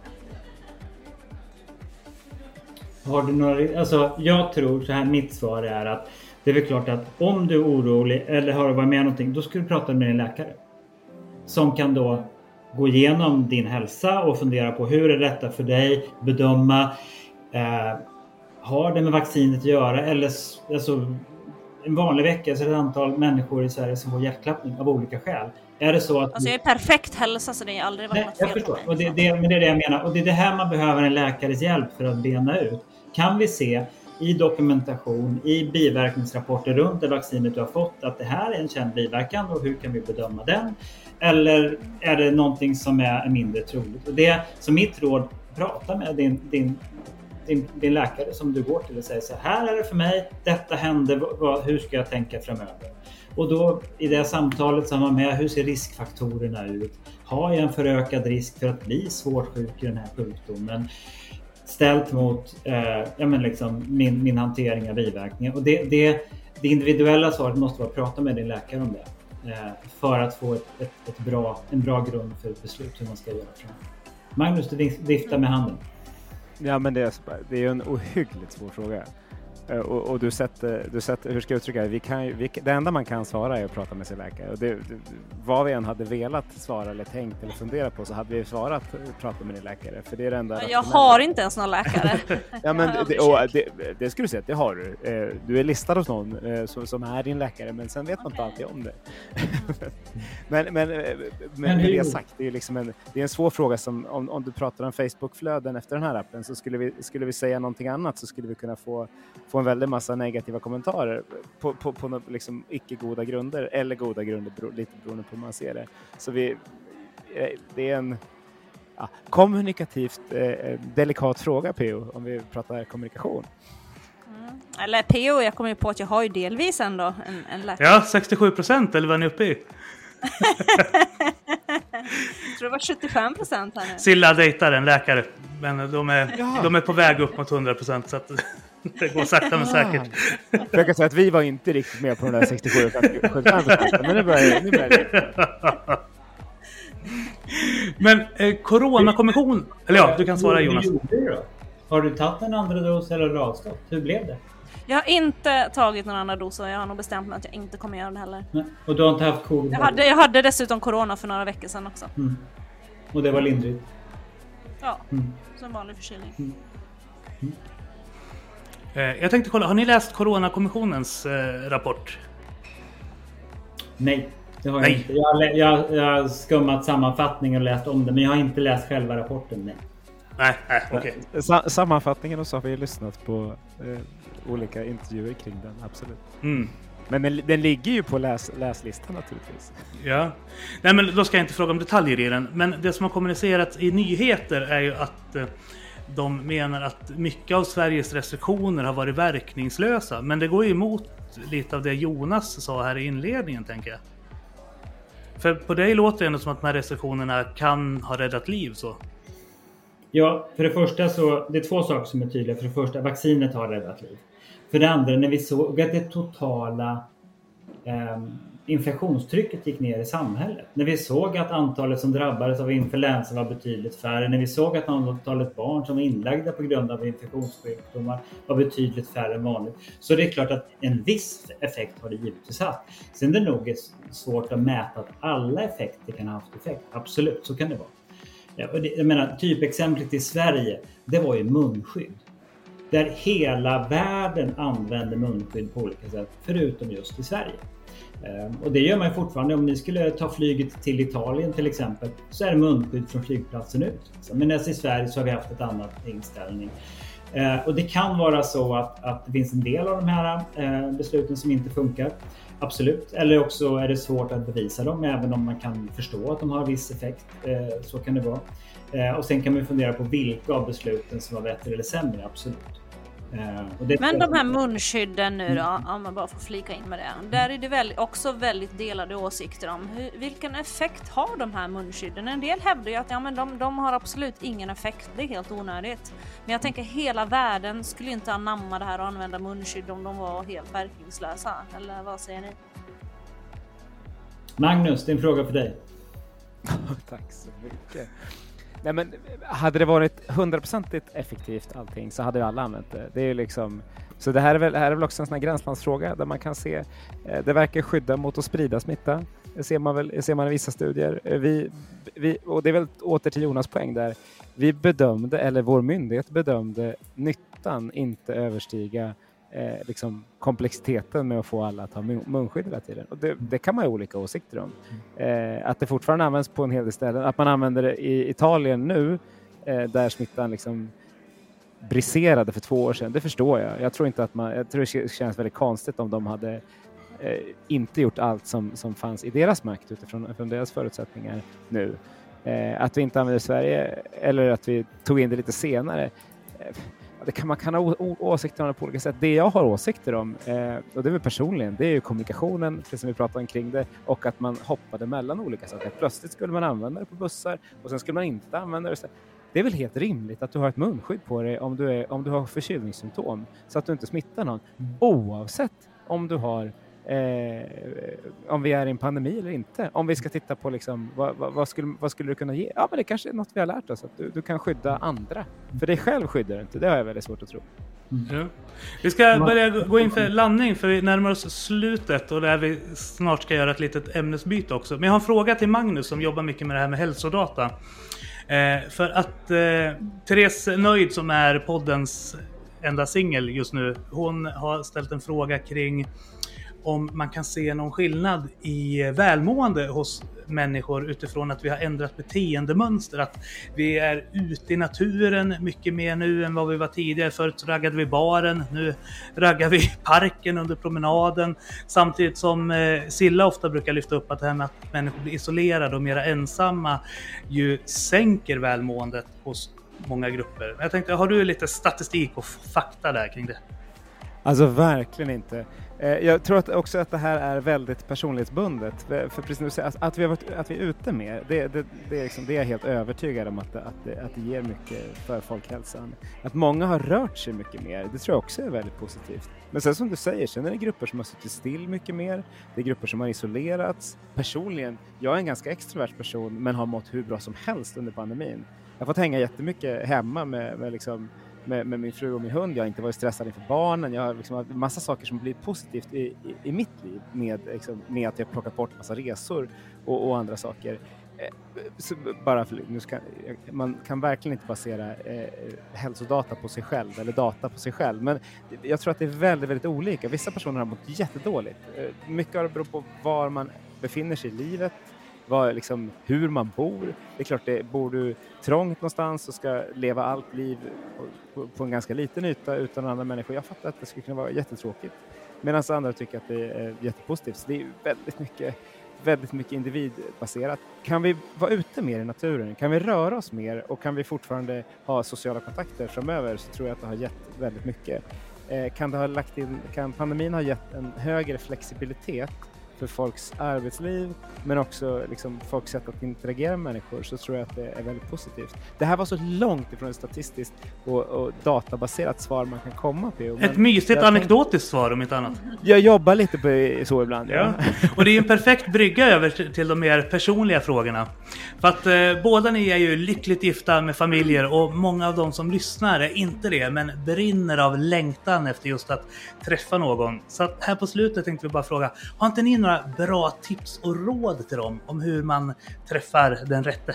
Har du några, alltså jag tror så här, mitt svar är att det är väl klart att om du är orolig eller har varit med någonting, då ska du prata med din läkare. Som kan då gå igenom din hälsa och fundera på hur är detta för dig, bedöma har det med vaccinet att göra eller alltså en vanlig vecka så är det ett antal människor i Sverige som får hjärtklappning av olika skäl. Är det så att alltså jag är perfekt hälsa så det är aldrig varit något fel. Jag förstår. Och det är det jag menar. Och det är det här man behöver en läkares hjälp för att bena ut. Kan vi se i dokumentation, i biverkningsrapporter runt det vaccinet du har fått att det här är en känd biverkan och hur kan vi bedöma den? Eller är det någonting som är mindre troligt? Och det som mitt råd, prata med din läkare som du går till och säger så här är det för mig, detta hände, hur ska jag tänka framöver? Och då i det samtalet så har man med hur ser riskfaktorerna ut? Har jag en förökad risk för att bli svårt sjuk i den här sjukdomen? Ställt mot liksom min hantering av biverkningar. Och det individuella svaret måste vara att prata med din läkare om det. För att få en bra grund för ett beslut hur man ska göra framöver. Magnus, du viftar med handen. Ja, men det är ju en ohyggligt svår fråga. Och du sätter, hur ska jag uttrycka det? Det enda man kan svara är att prata med sin läkare. Och vad vi än hade velat svara eller tänkt eller fundera på, så hade vi svarat prata med din läkare. För det är det enda. Jag har inte ens någon läkare. Ja, men det skulle du säga att det har du. Du är listad hos någon som är din läkare, men sen vet man inte alltid om det. men med det sagt, det är liksom det är en svår fråga som om du pratar om Facebook-flöden efter den här appen, så skulle vi säga någonting annat, så skulle vi kunna få en väldigt massa negativa kommentarer på liksom icke-goda grunder eller goda grunder, lite beroende på hur man ser det. Så det är en kommunikativt delikat fråga, P.O., om vi pratar kommunikation. Eller P.O., jag kommer ju på att jag har ju delvis ändå en läkare. Ja, 67%, eller vad är ni uppe i? Jag tror det var 75% här nu. Silla dejtar en läkare, men de är på väg upp mot 100%, så att det går sakta men säkert. Jag kan säga att vi var inte riktigt med på den där 67%, men nu börjar det. Men coronakommission, eller ja, du kan svara, Jonas. Har du tagit en andra dos eller avstått? Hur blev det? Jag har inte tagit någon andra dos och jag har nog bestämt mig att jag inte kommer göra det heller. Nej. Och du har inte haft covid? Jag hade dessutom corona för några veckor sedan också. Mm. Och det var lindrigt? Ja, som vanlig förkylning. Jag tänkte kolla, har ni läst Coronakommissionens rapport? Nej, det har jag inte. Jag har skummat sammanfattningen och läst om det, men jag har inte läst själva rapporten. Nej, okej. Sammanfattningen, och så har vi lyssnat på olika intervjuer kring den, absolut. Men den ligger ju på läslistan naturligtvis. Ja. Nej, men då ska jag inte fråga om detaljer i den. Men det som har kommunicerats i nyheter är ju att de menar att mycket av Sveriges restriktioner har varit verkningslösa. Men det går ju emot lite av det Jonas sa här i inledningen, tänker jag. För på dig låter det ändå som att de här restriktionerna kan ha räddat liv, så. Ja, för det första så, det är två saker som är tydliga. För det första, vaccinet har räddat liv. För det andra, när vi såg att det totala infektionstrycket gick ner i samhället. När vi såg att antalet som drabbades av influensa var betydligt färre. När vi såg att antalet barn som var inlagda på grund av infektionssjukdomar var betydligt färre än vanligt. Så det är klart att en viss effekt har det givetvis haft. Sen är det nog svårt att mäta att alla effekter kan ha haft effekt. Absolut, så kan det vara. Ja, och jag menar, typexemplet i Sverige, det var ju munskydd. Där hela världen använder munskydd på olika sätt, förutom just i Sverige. Och det gör man ju fortfarande. Om ni skulle ta flyget till Italien till exempel, så är det munskydd från flygplatsen ut. Men i Sverige så har vi haft ett annat inställning. Och det kan vara så att det finns en del av de här besluten som inte funkar. Absolut. Eller också är det svårt att bevisa dem, även om man kan förstå att de har viss effekt. Så kan det vara. Och sen kan man fundera på vilka av besluten som var bättre eller sämre. Absolut. Men de här munskydden nu då, om man bara får flika in med det. Där är det väl också väldigt delade åsikter om vilken effekt har de här munskydden. En del hävdar ju att de har absolut ingen effekt, det är helt onödigt. Men jag tänker hela världen skulle inte anamma det här och använda munskydd om de var helt verkningslösa. Eller vad säger ni? Magnus, det är en fråga för dig. Tack så mycket. Nej, men hade det varit 100% effektivt allting, så hade ju alla använt det. Det är ju liksom, så det här är väl också en sån här gränslandsfråga där man kan se, det verkar skydda mot att sprida smitta. Det ser man i vissa studier. Och det är väl åter till Jonas poäng där. Vi bedömde, eller vår myndighet bedömde nyttan inte överstiga liksom komplexiteten med att få alla att ha munskydd hela tiden. Och det kan man ha olika åsikter om. Att det fortfarande används på en hel del ställen. Att man använder det i Italien nu, där smittan liksom briserade för 2 år sedan, det förstår jag. Jag tror det känns väldigt konstigt om de hade inte gjort allt som fanns i deras makt utifrån deras förutsättningar nu. Att vi inte använder Sverige, eller att vi tog in det lite senare, man kan ha åsikter om det på olika sätt. Det jag har åsikter om, och det är väl personligen, det är ju kommunikationen, det som vi pratar om kring det, och att man hoppade mellan olika saker. Plötsligt skulle man använda det på bussar och sen skulle man inte använda det. Det är väl helt rimligt att du har ett munskydd på dig om du har förkylningssymptom, så att du inte smittar någon. Oavsett om du har om vi är i en pandemi eller inte. Om vi ska titta på liksom, vad skulle du kunna ge? Ja, men det kanske är något vi har lärt oss. Att du kan skydda andra. För dig själv skyddar du inte. Det har jag väldigt svårt att tro. Ja. Vi ska börja gå in för landning, för vi närmar oss slutet och där vi snart ska göra ett litet ämnesbyte också. Men jag har en fråga till Magnus som jobbar mycket med det här med hälsodata. För att Therese Nöjd, som är poddens enda singel just nu, hon har ställt en fråga kring om man kan se någon skillnad i välmående hos människor utifrån att vi har ändrat beteendemönster. Att vi är ute i naturen mycket mer nu än vad vi var tidigare. Förut raggade vi baren, nu raggar vi parken under promenaden. Samtidigt som Silla ofta brukar lyfta upp att det här med att människor blir isolerade och mer ensamma ju sänker välmåendet hos många grupper. Jag tänkte, har du lite statistik och fakta där kring det? Alltså verkligen inte. Jag tror också att det här är väldigt personlighetsbundet. För precis nu att vi är ute mer, det är jag helt övertygad om att det ger mycket för folkhälsan. Att många har rört sig mycket mer, det tror jag också är väldigt positivt. Men sen som du säger, sen är det grupper som har suttit still mycket mer. Det är grupper som har isolerats. Personligen, jag är en ganska extrovert person men har mått hur bra som helst under pandemin. Jag har fått hänga jättemycket hemma med min fru och min hund. Jag har inte varit stressad inför barnen. Jag har liksom en massa saker som blir positivt i mitt liv med att jag plockat bort massa resor och andra saker. Så bara för, man kan verkligen inte basera hälsodata på sig själv eller data på sig själv. Men jag tror att det är väldigt, väldigt olika. Vissa personer har mått jättedåligt. Mycket av det beror på var man befinner sig i livet. Hur man bor. Det är klart, bor du trångt någonstans och ska leva allt liv på en ganska liten yta utan andra människor. Jag fattar att det skulle kunna vara jättetråkigt. Medan andra tycker att det är jättepositivt. Så det är väldigt mycket individbaserat. Kan vi vara ute mer i naturen? Kan vi röra oss mer? Och kan vi fortfarande ha sociala kontakter framöver, så tror jag att det har gett väldigt mycket. Kan pandemin ha gett en högre flexibilitet för folks arbetsliv, men också folks sätt att interagera med människor, så tror jag att det är väldigt positivt. Det här var så långt ifrån ett statistiskt och databaserat svar man kan komma på. Ett mysigt anekdotiskt svar om inte annat. Jag jobbar lite på så ibland. Ja. Och det är ju en perfekt brygga över till de mer personliga frågorna. För att båda ni är ju lyckligt gifta med familjer och många av de som lyssnar är inte det, men brinner av längtan efter just att träffa någon. Så att här på slutet tänkte vi bara fråga, har inte ni några bra tips och råd till dem om hur man träffar den rätte?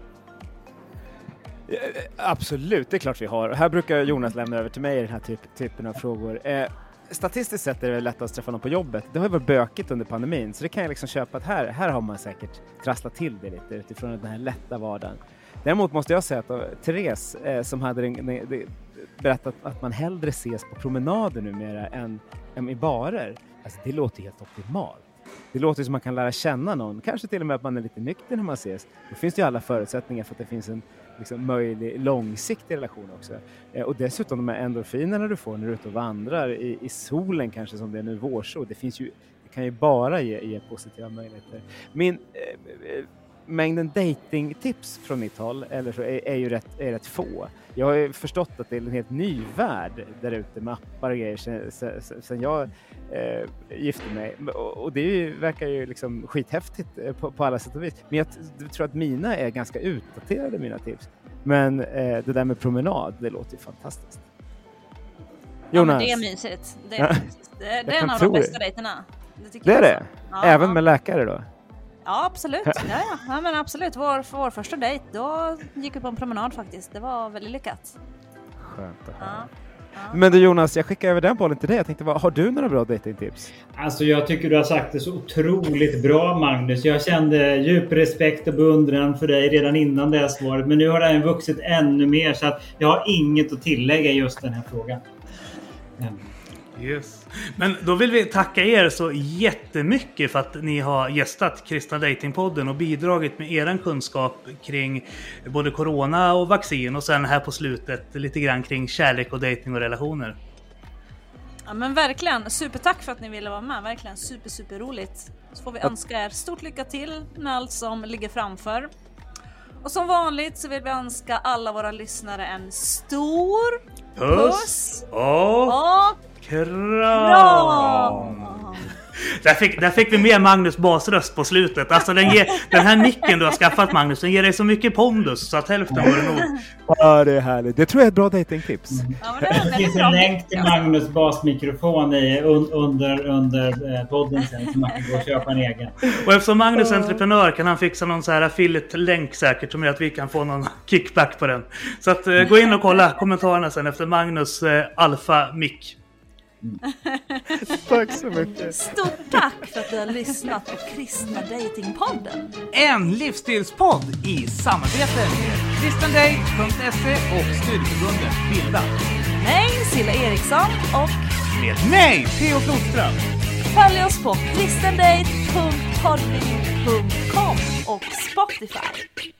Absolut, det är klart vi har. Här brukar Jonas lämna över till mig den här typen av frågor. Statistiskt sett är det lättast att träffa någon på jobbet. Det har ju varit bökigt under pandemin, så det kan jag köpa att här har man säkert trasslat till det lite utifrån den här lätta vardagen. Däremot måste jag säga att Therese som hade berättat att man hellre ses på promenader numera än i barer. Alltså, det låter helt optimalt. Det låter som man kan lära känna någon. Kanske till och med att man är lite nykter när man ses. Då finns det ju alla förutsättningar för att det finns en möjlig långsiktig relation också. Och dessutom de här endorfinerna du får när du är ute och vandrar i solen, kanske som det är nu vårsol. Det kan ju bara ge positiva möjligheter. Mängden datingtips från mitt håll eller så är rätt få. Jag har ju förstått att det är en helt ny värld där ute med appar och grejer sen jag gifte mig. Och det verkar ju skithäftigt på alla sätt och vis. Men jag tror att mina är ganska utdaterade, mina tips. Men det där med promenad, det låter ju fantastiskt. Jonas? Ja, men det är mysigt. Det är en av de bästa dejterna. Det är det? Ja, även med läkare då? Ja, absolut. Ja, men absolut. Vår första dejt, då gick vi på en promenad faktiskt. Det var väldigt lyckat. Skönt att höra. Ja. Men du Jonas, jag skickar över den bollen till dig. Jag tänkte, har du några bra datingtips? Alltså jag tycker du har sagt det så otroligt bra, Magnus. Jag kände djup respekt och beundran för dig redan innan det här svaret. Men nu har det vuxit ännu mer, så att jag har inget att tillägga i just den här frågan. Yes. Men då vill vi tacka er så jättemycket för att ni har gästat Kristna Datingpodden och bidragit med er kunskap kring både corona och vaccin, och sen här på slutet lite grann kring kärlek och dating och relationer. Ja, men verkligen, supertack för att ni ville vara med. Verkligen super roligt. Så får vi önska er stort lycka till med allt som ligger framför. Och som vanligt så vill vi önska alla våra lyssnare en stor puss och kram. Där fick vi med Magnus basröst på slutet. Alltså den här nicken du har skaffat, Magnus, den ger dig så mycket pondus så att hälften var det nog. Ja, det är härligt. Det tror jag är ett bra datingtips. Det finns en länk till Magnus basmikrofon under podden sen, så man kan gå och köpa en egen. Och eftersom Magnus är entreprenör kan han fixa någon så här affiliate-länk säkert som gör att vi kan få någon kickback på den. Så att gå in och kolla kommentarerna sen efter Magnus alfa-mick. Tack så mycket. Stort tack för att du har lyssnat på Kristna Datingpodden. En livsstilspodd i samarbete med kristendate.se och studieförbundet Bilda. Mig, Silla Eriksson, och Med mig, Theo Flodström. följ oss på kristendate.podbean.com och Spotify.